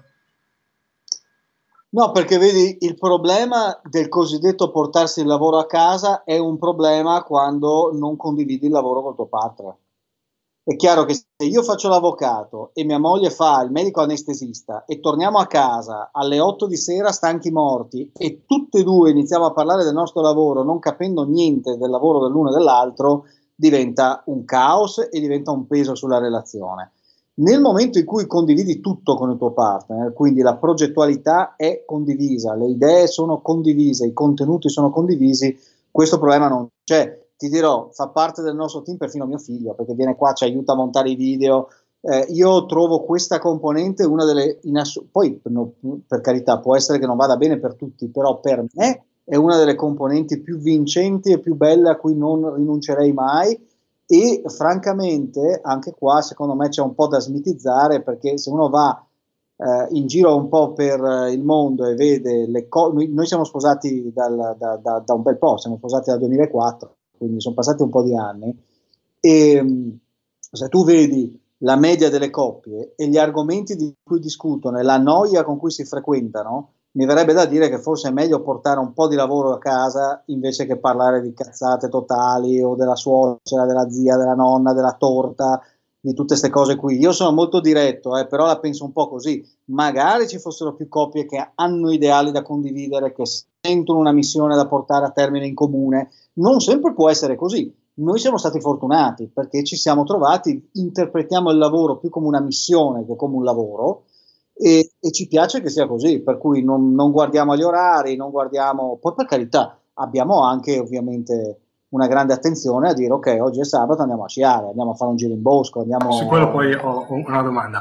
No, perché vedi, il problema del cosiddetto portarsi il lavoro a casa è un problema quando non condividi il lavoro col tuo partner. È chiaro che se io faccio l'avvocato e mia moglie fa il medico anestesista e torniamo a casa alle 8 di sera stanchi morti e tutte e due iniziamo a parlare del nostro lavoro non capendo niente del lavoro dell'uno e dell'altro, diventa un caos e diventa un peso sulla relazione. Nel momento in cui condividi tutto con il tuo partner, quindi la progettualità è condivisa, le idee sono condivise, i contenuti sono condivisi, questo problema non c'è. Ti dirò, fa parte del nostro team perfino mio figlio, perché viene qua, ci aiuta a montare i video. Io trovo questa componente una delle... poi, no, per carità, può essere che non vada bene per tutti, però per me è una delle componenti più vincenti e più belle a cui non rinuncerei mai. E francamente anche qua secondo me c'è un po' da smitizzare, perché se uno va in giro un po' per il mondo e vede le cose, noi siamo sposati da un bel po', siamo sposati dal 2004, quindi sono passati un po' di anni, e se tu vedi la media delle coppie e gli argomenti di cui discutono e la noia con cui si frequentano, mi verrebbe da dire che forse è meglio portare un po' di lavoro a casa invece che parlare di cazzate totali o della suocera, della zia, della nonna, della torta. di tutte queste cose qui. Io sono molto diretto, però la penso un po' così. Magari ci fossero più coppie che hanno ideali da condividere, che sentono una missione da portare a termine in comune. Non sempre può essere così. Noi siamo stati fortunati perché ci siamo trovati, interpretiamo il lavoro più come una missione che come un lavoro, e ci piace che sia così, per cui non guardiamo gli orari, non guardiamo, poi per carità abbiamo anche ovviamente una grande attenzione a dire ok, oggi è sabato, andiamo a sciare, andiamo a fare un giro in bosco, andiamo... Su quello poi ho una domanda.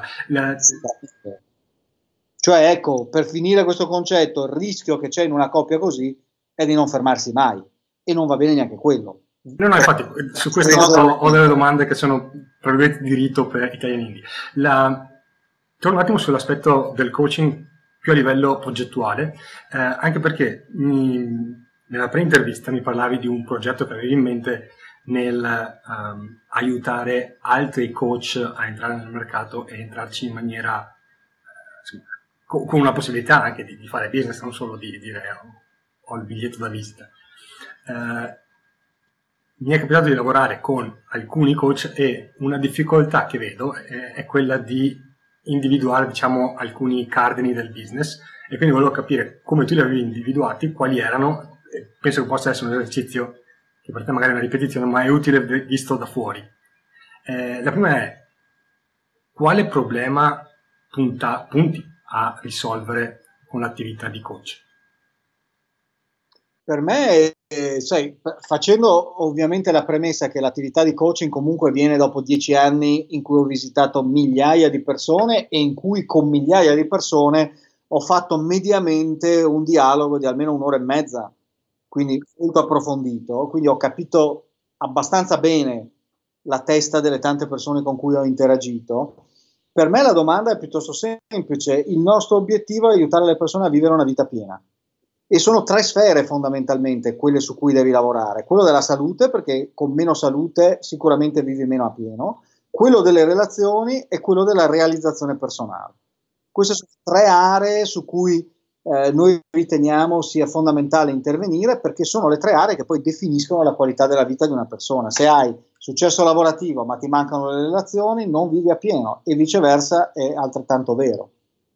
Cioè ecco, per finire questo concetto, il rischio che c'è in una coppia così è di non fermarsi mai, e non va bene neanche quello. No, infatti, su questo ho delle domande che sono probabilmente di rito per italiani indie. Torno un attimo sull'aspetto del coaching più a livello progettuale, anche perché nella pre-intervista mi parlavi di un progetto che avevi in mente nel aiutare altri coach a entrare nel mercato e entrarci in maniera con una possibilità anche di fare business, non solo di dire ho il biglietto da visita. Mi è capitato di lavorare con alcuni coach e una difficoltà che vedo è quella di individuare, diciamo, alcuni cardini del business, e quindi volevo capire come tu li avevi individuati, quali erano. Penso che possa essere un esercizio che per te magari è una ripetizione, ma è utile visto da fuori. La prima è: quale problema punti a risolvere con l'attività di coach? Per me, sai, facendo ovviamente la premessa che l'attività di coaching comunque viene dopo 10 anni in cui ho visitato migliaia di persone e in cui con migliaia di persone ho fatto mediamente un dialogo di almeno un'ora e mezza, quindi molto approfondito, quindi ho capito abbastanza bene la testa delle tante persone con cui ho interagito. Per me la domanda è piuttosto semplice: il nostro obiettivo è aiutare le persone a vivere una vita piena. E sono 3 sfere fondamentalmente quelle su cui devi lavorare: quello della salute, perché con meno salute sicuramente vivi meno a pieno, quello delle relazioni e quello della realizzazione personale. Queste sono 3 aree su cui noi riteniamo sia fondamentale intervenire, perché sono le 3 aree che poi definiscono la qualità della vita di una persona. Se hai successo lavorativo ma ti mancano le relazioni, non vivi a pieno, e viceversa è altrettanto vero.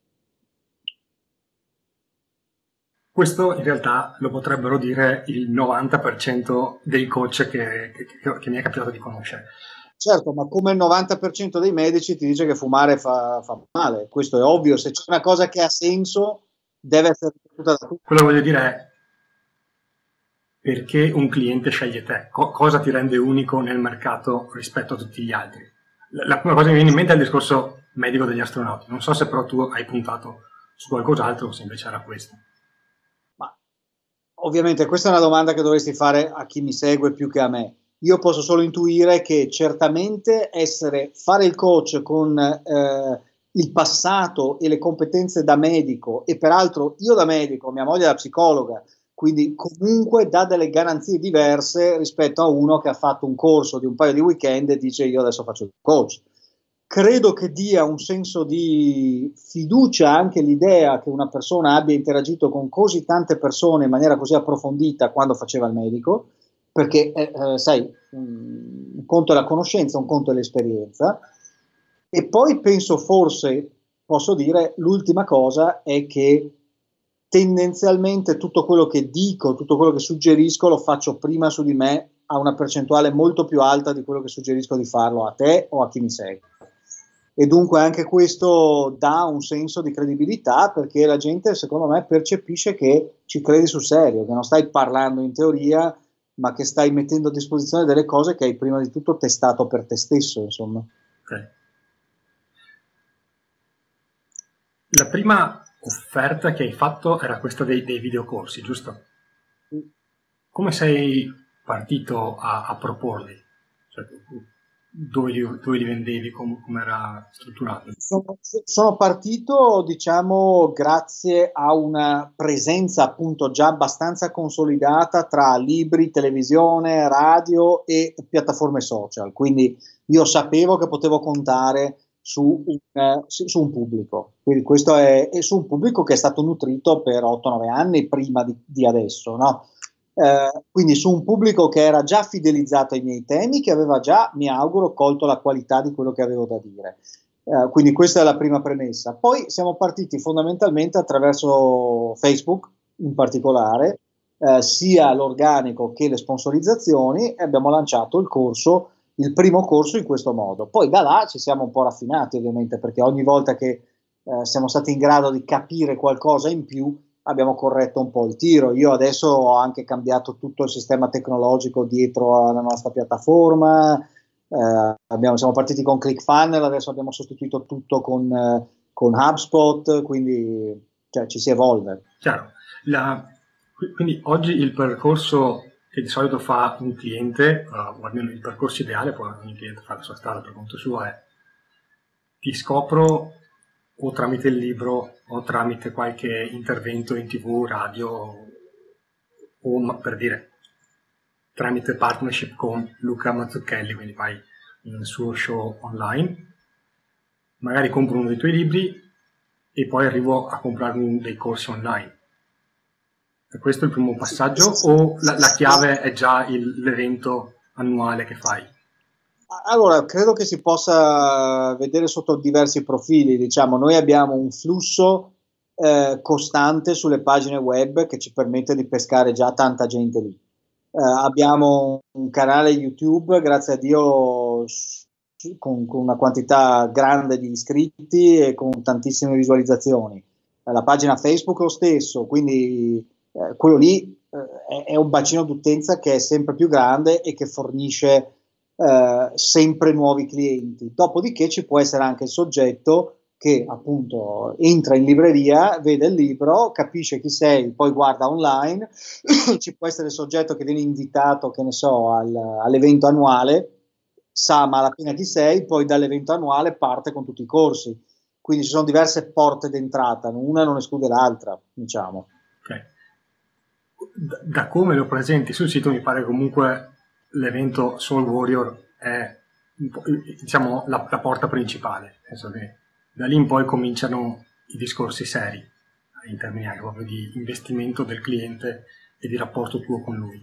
Questo in realtà lo potrebbero dire il 90% dei coach che mi è capitato di conoscere. Certo, ma come il 90% dei medici ti dice che fumare fa male, questo è ovvio. Se c'è una cosa che ha senso, deve essere ripetuta da tutti. Quello che voglio dire è: perché un cliente sceglie te? Cosa ti rende unico nel mercato rispetto a tutti gli altri? La prima cosa che mi viene in mente è il discorso medico degli astronauti. Non so se però tu hai puntato su qualcos'altro o se invece era questo. Ma ovviamente questa è una domanda che dovresti fare a chi mi segue più che a me. Io posso solo intuire che certamente fare il coach con il passato e le competenze da medico, e peraltro io da medico, mia moglie da psicologa, quindi comunque dà delle garanzie diverse rispetto a uno che ha fatto un corso di un paio di weekend e dice io adesso faccio il coach. Credo che dia un senso di fiducia anche l'idea che una persona abbia interagito con così tante persone in maniera così approfondita quando faceva il medico, perché sai, un conto è la conoscenza, un conto è l'esperienza. E poi penso, forse posso dire, l'ultima cosa è che tendenzialmente tutto quello che dico, tutto quello che suggerisco lo faccio prima su di me a una percentuale molto più alta di quello che suggerisco di farlo a te o a chi mi segue. E dunque anche questo dà un senso di credibilità, perché la gente, secondo me, percepisce che ci credi sul serio, che non stai parlando in teoria, ma che stai mettendo a disposizione delle cose che hai prima di tutto testato per te stesso, insomma. Okay. La prima offerta che hai fatto era questa dei videocorsi, giusto? Come sei partito a proporli? Cioè, dove li vendevi, come era strutturato? Sono partito, diciamo, grazie a una presenza appunto già abbastanza consolidata tra libri, televisione, radio e piattaforme social, quindi io sapevo che potevo contare su un pubblico, quindi questo è su un pubblico che è stato nutrito per 8-9 anni prima di adesso, no? quindi su un pubblico che era già fidelizzato ai miei temi, che aveva già, mi auguro, colto la qualità di quello che avevo da dire. Quindi questa è la prima premessa. Poi siamo partiti fondamentalmente attraverso Facebook in particolare, sia l'organico che le sponsorizzazioni, e abbiamo lanciato il primo corso in questo modo. Poi da là ci siamo un po' raffinati ovviamente, perché ogni volta che siamo stati in grado di capire qualcosa in più abbiamo corretto un po' il tiro. Io adesso ho anche cambiato tutto il sistema tecnologico dietro alla nostra piattaforma. Siamo partiti con ClickFunnels, adesso abbiamo sostituito tutto con HubSpot, quindi cioè, ci si evolve. Chiaro. Quindi oggi il percorso che di solito fa un cliente, o almeno il percorso ideale, poi ogni cliente fa la sua strada per conto suo, è: ti scopro o tramite il libro o tramite qualche intervento in TV, radio, o per dire tramite partnership con Luca Mazzucchelli, quindi vai nel suo show online, magari compro uno dei tuoi libri e poi arrivo a comprare uno dei corsi online. È questo il primo passaggio, o la chiave è già l'evento annuale che fai? Allora, credo che si possa vedere sotto diversi profili. Diciamo, noi abbiamo un flusso costante sulle pagine web che ci permette di pescare già tanta gente lì. Abbiamo un canale YouTube, grazie a Dio, con una quantità grande di iscritti e con tantissime visualizzazioni. La pagina Facebook lo stesso, quindi quello lì è un bacino d'utenza che è sempre più grande e che fornisce sempre nuovi clienti. Dopodiché ci può essere anche il soggetto che appunto entra in libreria, vede il libro, capisce chi sei, poi guarda online. Ci può essere il soggetto che viene invitato, che ne so, all'evento annuale, sa malapena chi sei, poi dall'evento annuale parte con tutti i corsi. Quindi ci sono diverse porte d'entrata, una non esclude l'altra, diciamo. Okay. Da come lo presenti sul sito mi pare comunque l'evento Soul Warrior è, diciamo, la porta principale, penso che da lì in poi cominciano i discorsi seri, in termini anche proprio di investimento del cliente e di rapporto tuo con lui.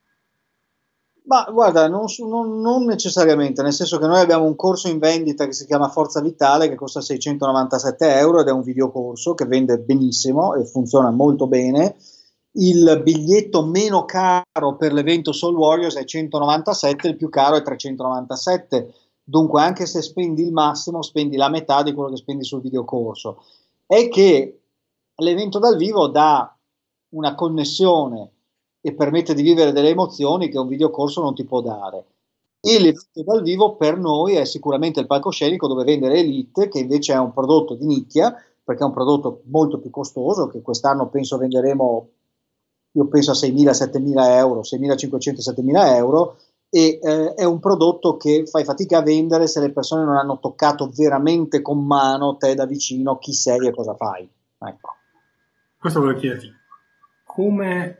Ma guarda, non necessariamente, nel senso che noi abbiamo un corso in vendita che si chiama Forza Vitale, che costa 697 euro ed è un videocorso che vende benissimo e funziona molto bene. Il biglietto meno caro per l'evento Soul Warriors è 197, il più caro è 397. Dunque, anche se spendi il massimo, spendi la metà di quello che spendi sul videocorso. È che l'evento dal vivo dà una connessione e permette di vivere delle emozioni che un videocorso non ti può dare. E l'evento dal vivo per noi è sicuramente il palcoscenico dove vendere Elite, che invece è un prodotto di nicchia, perché è un prodotto molto più costoso, che quest'anno penso venderemo, io penso a 6.000, 7.000 euro, 6.500, 7.000 euro, e è un prodotto che fai fatica a vendere se le persone non hanno toccato veramente con mano te da vicino chi sei e cosa fai. Ecco. Questo volevo chiederti, come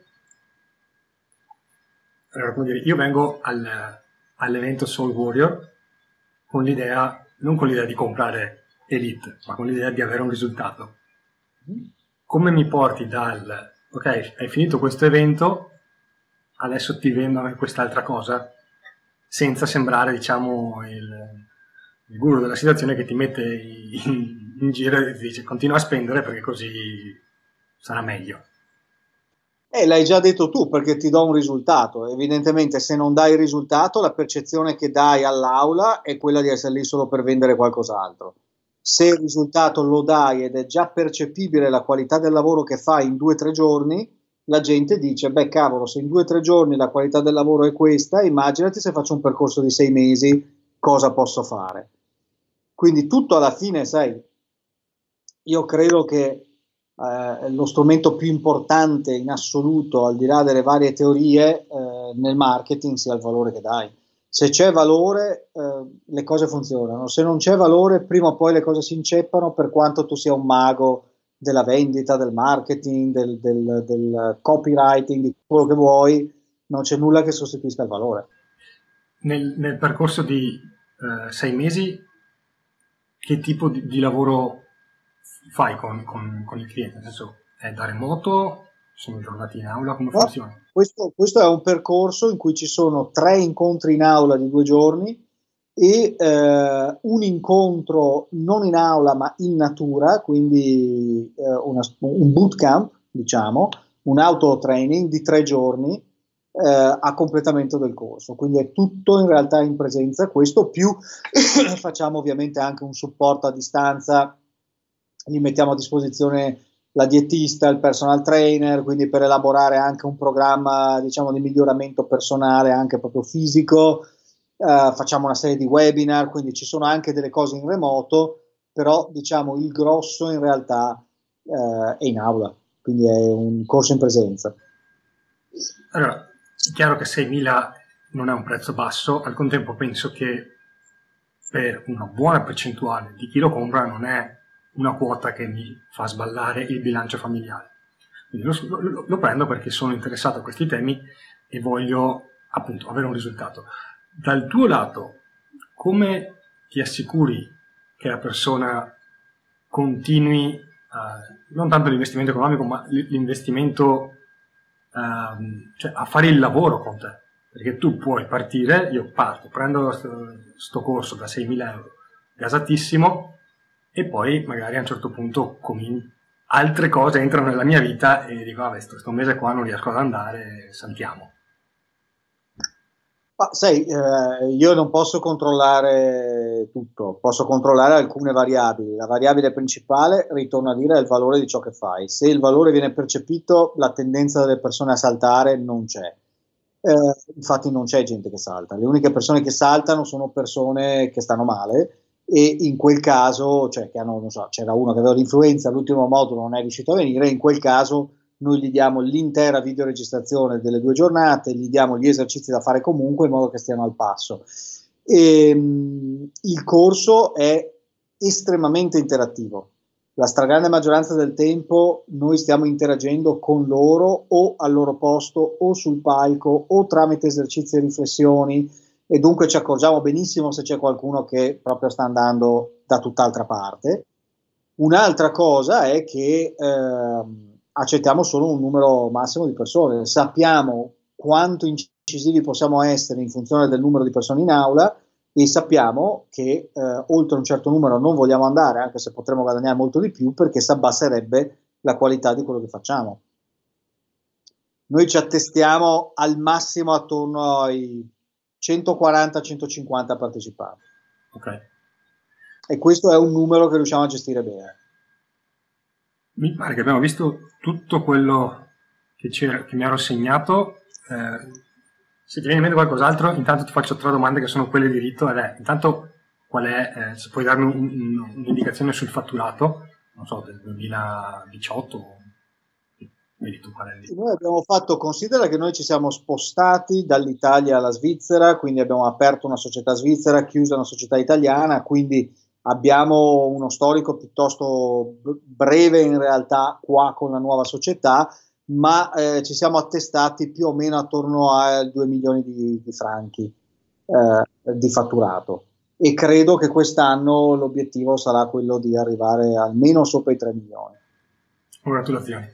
dire, io vengo all'evento Soul Warrior con l'idea, non con l'idea di comprare Elite, ma con l'idea di avere un risultato. Come mi porti dal, ok, hai finito questo evento, adesso ti vendo anche quest'altra cosa, senza sembrare, diciamo, il guru della situazione che ti mette in giro e ti dice continua a spendere perché così sarà meglio. L'hai già detto tu, perché ti do un risultato. Evidentemente, se non dai il risultato, la percezione che dai all'aula è quella di essere lì solo per vendere qualcos'altro. Se il risultato lo dai ed è già percepibile la qualità del lavoro che fai in 2 o 3 giorni, la gente dice, beh cavolo, se in 2 o 3 giorni la qualità del lavoro è questa, immaginati se faccio un percorso di 6 mesi, cosa posso fare? Quindi tutto alla fine, sai, io credo che lo strumento più importante in assoluto, al di là delle varie teorie, nel marketing sia il valore che dai. Se c'è valore, le cose funzionano. Se non c'è valore, prima o poi le cose si inceppano, per quanto tu sia un mago della vendita, del marketing, del copywriting, di quello che vuoi, non c'è nulla che sostituisca il valore. Nel percorso di 6 mesi, che tipo di lavoro fai con il cliente? Nel senso, è da remoto? Sono giornate in aula? Come No, funziona? questo è un percorso in cui ci sono 3 incontri in aula di 2 giorni e un incontro non in aula ma in natura, quindi un bootcamp, diciamo, un auto-training di 3 giorni a completamento del corso. Quindi è tutto in realtà in presenza, questo più facciamo ovviamente anche un supporto a distanza, gli mettiamo a disposizione la dietista, il personal trainer, quindi per elaborare anche un programma, diciamo, di miglioramento personale, anche proprio fisico. Facciamo una serie di webinar, quindi ci sono anche delle cose in remoto, però diciamo il grosso in realtà è in aula, quindi è un corso in presenza. Allora, è chiaro che 6.000 non è un prezzo basso, al contempo penso che per una buona percentuale di chi lo compra non è una quota che mi fa sballare il bilancio familiare. Quindi lo prendo perché sono interessato a questi temi e voglio appunto avere un risultato. Dal tuo lato, come ti assicuri che la persona continui, non tanto l'investimento economico, ma l'investimento, cioè a fare il lavoro con te? Perché tu puoi partire, io parto, prendo sto corso da 6.000 euro, gasatissimo, e poi magari a un certo punto altre cose entrano nella mia vita e dico, vabbè, sto mese qua non riesco ad andare, saltiamo. Ma sai, io non posso controllare tutto, posso controllare alcune variabili. La variabile principale, ritorno a dire, è il valore di ciò che fai. Se il valore viene percepito, la tendenza delle persone a saltare non c'è. Infatti non c'è gente che salta, le uniche persone che saltano sono persone che stanno male e in quel caso, cioè che hanno, non so, c'era uno che aveva l'influenza, all'ultimo modulo non è riuscito a venire, in quel caso noi gli diamo l'intera videoregistrazione delle 2 giornate, gli diamo gli esercizi da fare comunque in modo che stiano al passo. Il corso è estremamente interattivo. La stragrande maggioranza del tempo noi stiamo interagendo con loro o al loro posto o sul palco o tramite esercizi e riflessioni e dunque ci accorgiamo benissimo se c'è qualcuno che proprio sta andando da tutt'altra parte. Un'altra cosa è che accettiamo solo un numero massimo di persone, sappiamo quanto incisivi possiamo essere in funzione del numero di persone in aula e sappiamo che oltre un certo numero non vogliamo andare, anche se potremmo guadagnare molto di più, perché si abbasserebbe la qualità di quello che facciamo. Noi ci attestiamo al massimo attorno ai 140-150 partecipanti. Ok. E questo è un numero che riusciamo a gestire bene. Mi pare che abbiamo visto tutto quello che mi ero segnato. Se ti viene in mente qualcos'altro, intanto ti faccio 3 domande che sono quelle di rito. Intanto, qual è, se puoi darmi un'indicazione sul fatturato, non so, del 2018, vedi tu qual è. Noi abbiamo fatto, considera che noi ci siamo spostati dall'Italia alla Svizzera, quindi abbiamo aperto una società svizzera, chiusa una società italiana, quindi abbiamo uno storico piuttosto breve in realtà qua con la nuova società, ma ci siamo attestati più o meno attorno a 2 milioni di franchi di fatturato e credo che quest'anno l'obiettivo sarà quello di arrivare almeno sopra i 3 milioni. Congratulazioni.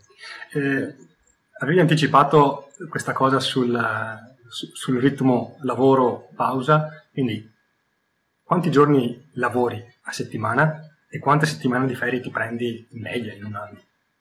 Avevi anticipato questa cosa sul ritmo lavoro-pausa, quindi quanti giorni lavori a settimana e quante settimane di ferie ti prendi in media in un anno?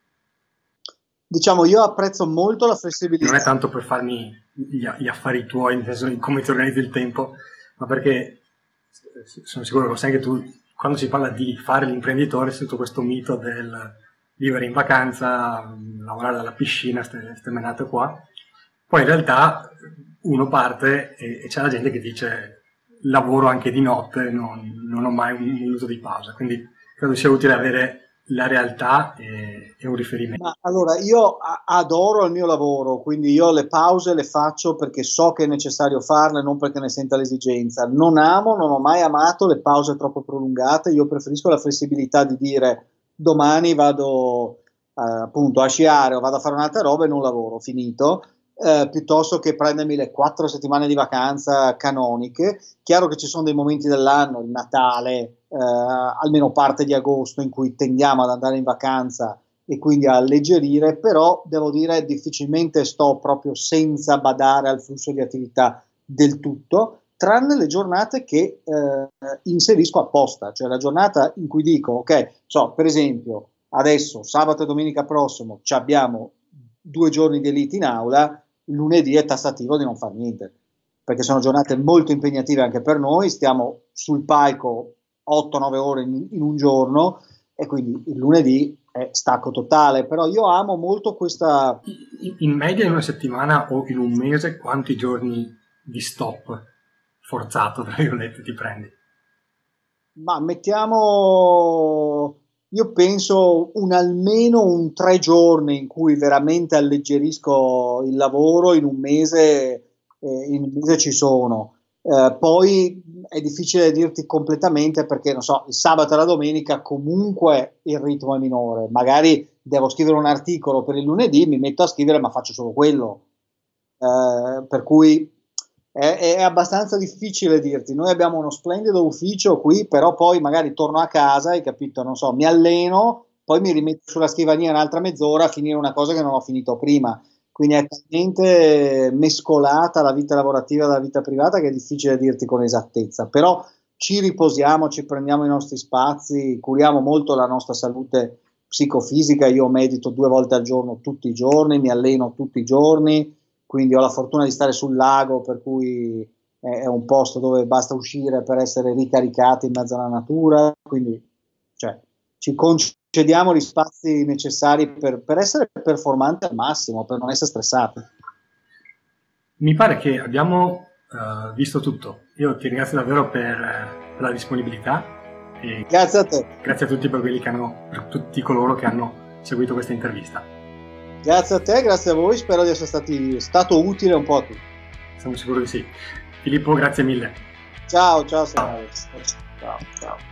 Diciamo, io apprezzo molto la flessibilità. Non è tanto per farmi gli affari tuoi, nel senso di come ti organizzi il tempo, ma perché sono sicuro che lo sai che tu, quando si parla di fare l'imprenditore, c'è tutto questo mito del vivere in vacanza, lavorare dalla piscina, ste menate qua. Poi in realtà uno parte e c'è la gente che dice lavoro anche di notte, non ho mai un minuto di pausa, quindi credo sia utile avere la realtà e un riferimento. Ma allora, io adoro il mio lavoro, quindi io le pause le faccio perché so che è necessario farle, non perché ne senta l'esigenza. Non ho mai amato le pause troppo prolungate, io preferisco la flessibilità di dire domani vado appunto a sciare o vado a fare un'altra roba e non lavoro, finito. Piuttosto che prendermi le 4 settimane di vacanza canoniche. Chiaro che ci sono dei momenti dell'anno, il Natale, almeno parte di agosto, in cui tendiamo ad andare in vacanza e quindi a alleggerire, però devo dire difficilmente sto proprio senza badare al flusso di attività del tutto, tranne le giornate che inserisco apposta, cioè la giornata in cui dico, ok, per esempio, adesso sabato e domenica prossimo abbiamo 2 giorni di elite in aula, il lunedì è tassativo di non fare niente, perché sono giornate molto impegnative anche per noi, stiamo sul palco 8-9 ore in un giorno e quindi il lunedì è stacco totale, però io amo molto questa... In media in una settimana o in un mese quanti giorni di stop forzato, tra virgolette, ti prendi? Ma mettiamo, io penso almeno un 3 giorni in cui veramente alleggerisco il lavoro, in un mese ci sono. Poi è difficile dirti completamente perché, non so, il sabato e la domenica comunque il ritmo è minore. Magari devo scrivere un articolo per il lunedì, mi metto a scrivere ma faccio solo quello. Per cui è abbastanza difficile dirti. Noi abbiamo uno splendido ufficio qui, però poi magari torno a casa, hai capito, non so, mi alleno, poi mi rimetto sulla scrivania un'altra mezz'ora a finire una cosa che non ho finito prima. Quindi è talmente mescolata la vita lavorativa dalla vita privata che è difficile dirti con esattezza, però ci riposiamo, ci prendiamo i nostri spazi, curiamo molto la nostra salute psicofisica. Io medito 2 volte al giorno tutti i giorni, mi alleno tutti i giorni, quindi ho la fortuna di stare sul lago, per cui è un posto dove basta uscire per essere ricaricati in mezzo alla natura, quindi ci concediamo gli spazi necessari per essere performanti al massimo, per non essere stressati. Mi pare che abbiamo visto tutto. Io ti ringrazio davvero per la disponibilità e grazie a te. Grazie a tutti per tutti coloro che hanno seguito questa intervista. Grazie a te, grazie a voi, spero di essere stato utile un po' a tutti. Siamo sicuri di sì. Filippo, grazie mille. Ciao. Ciao.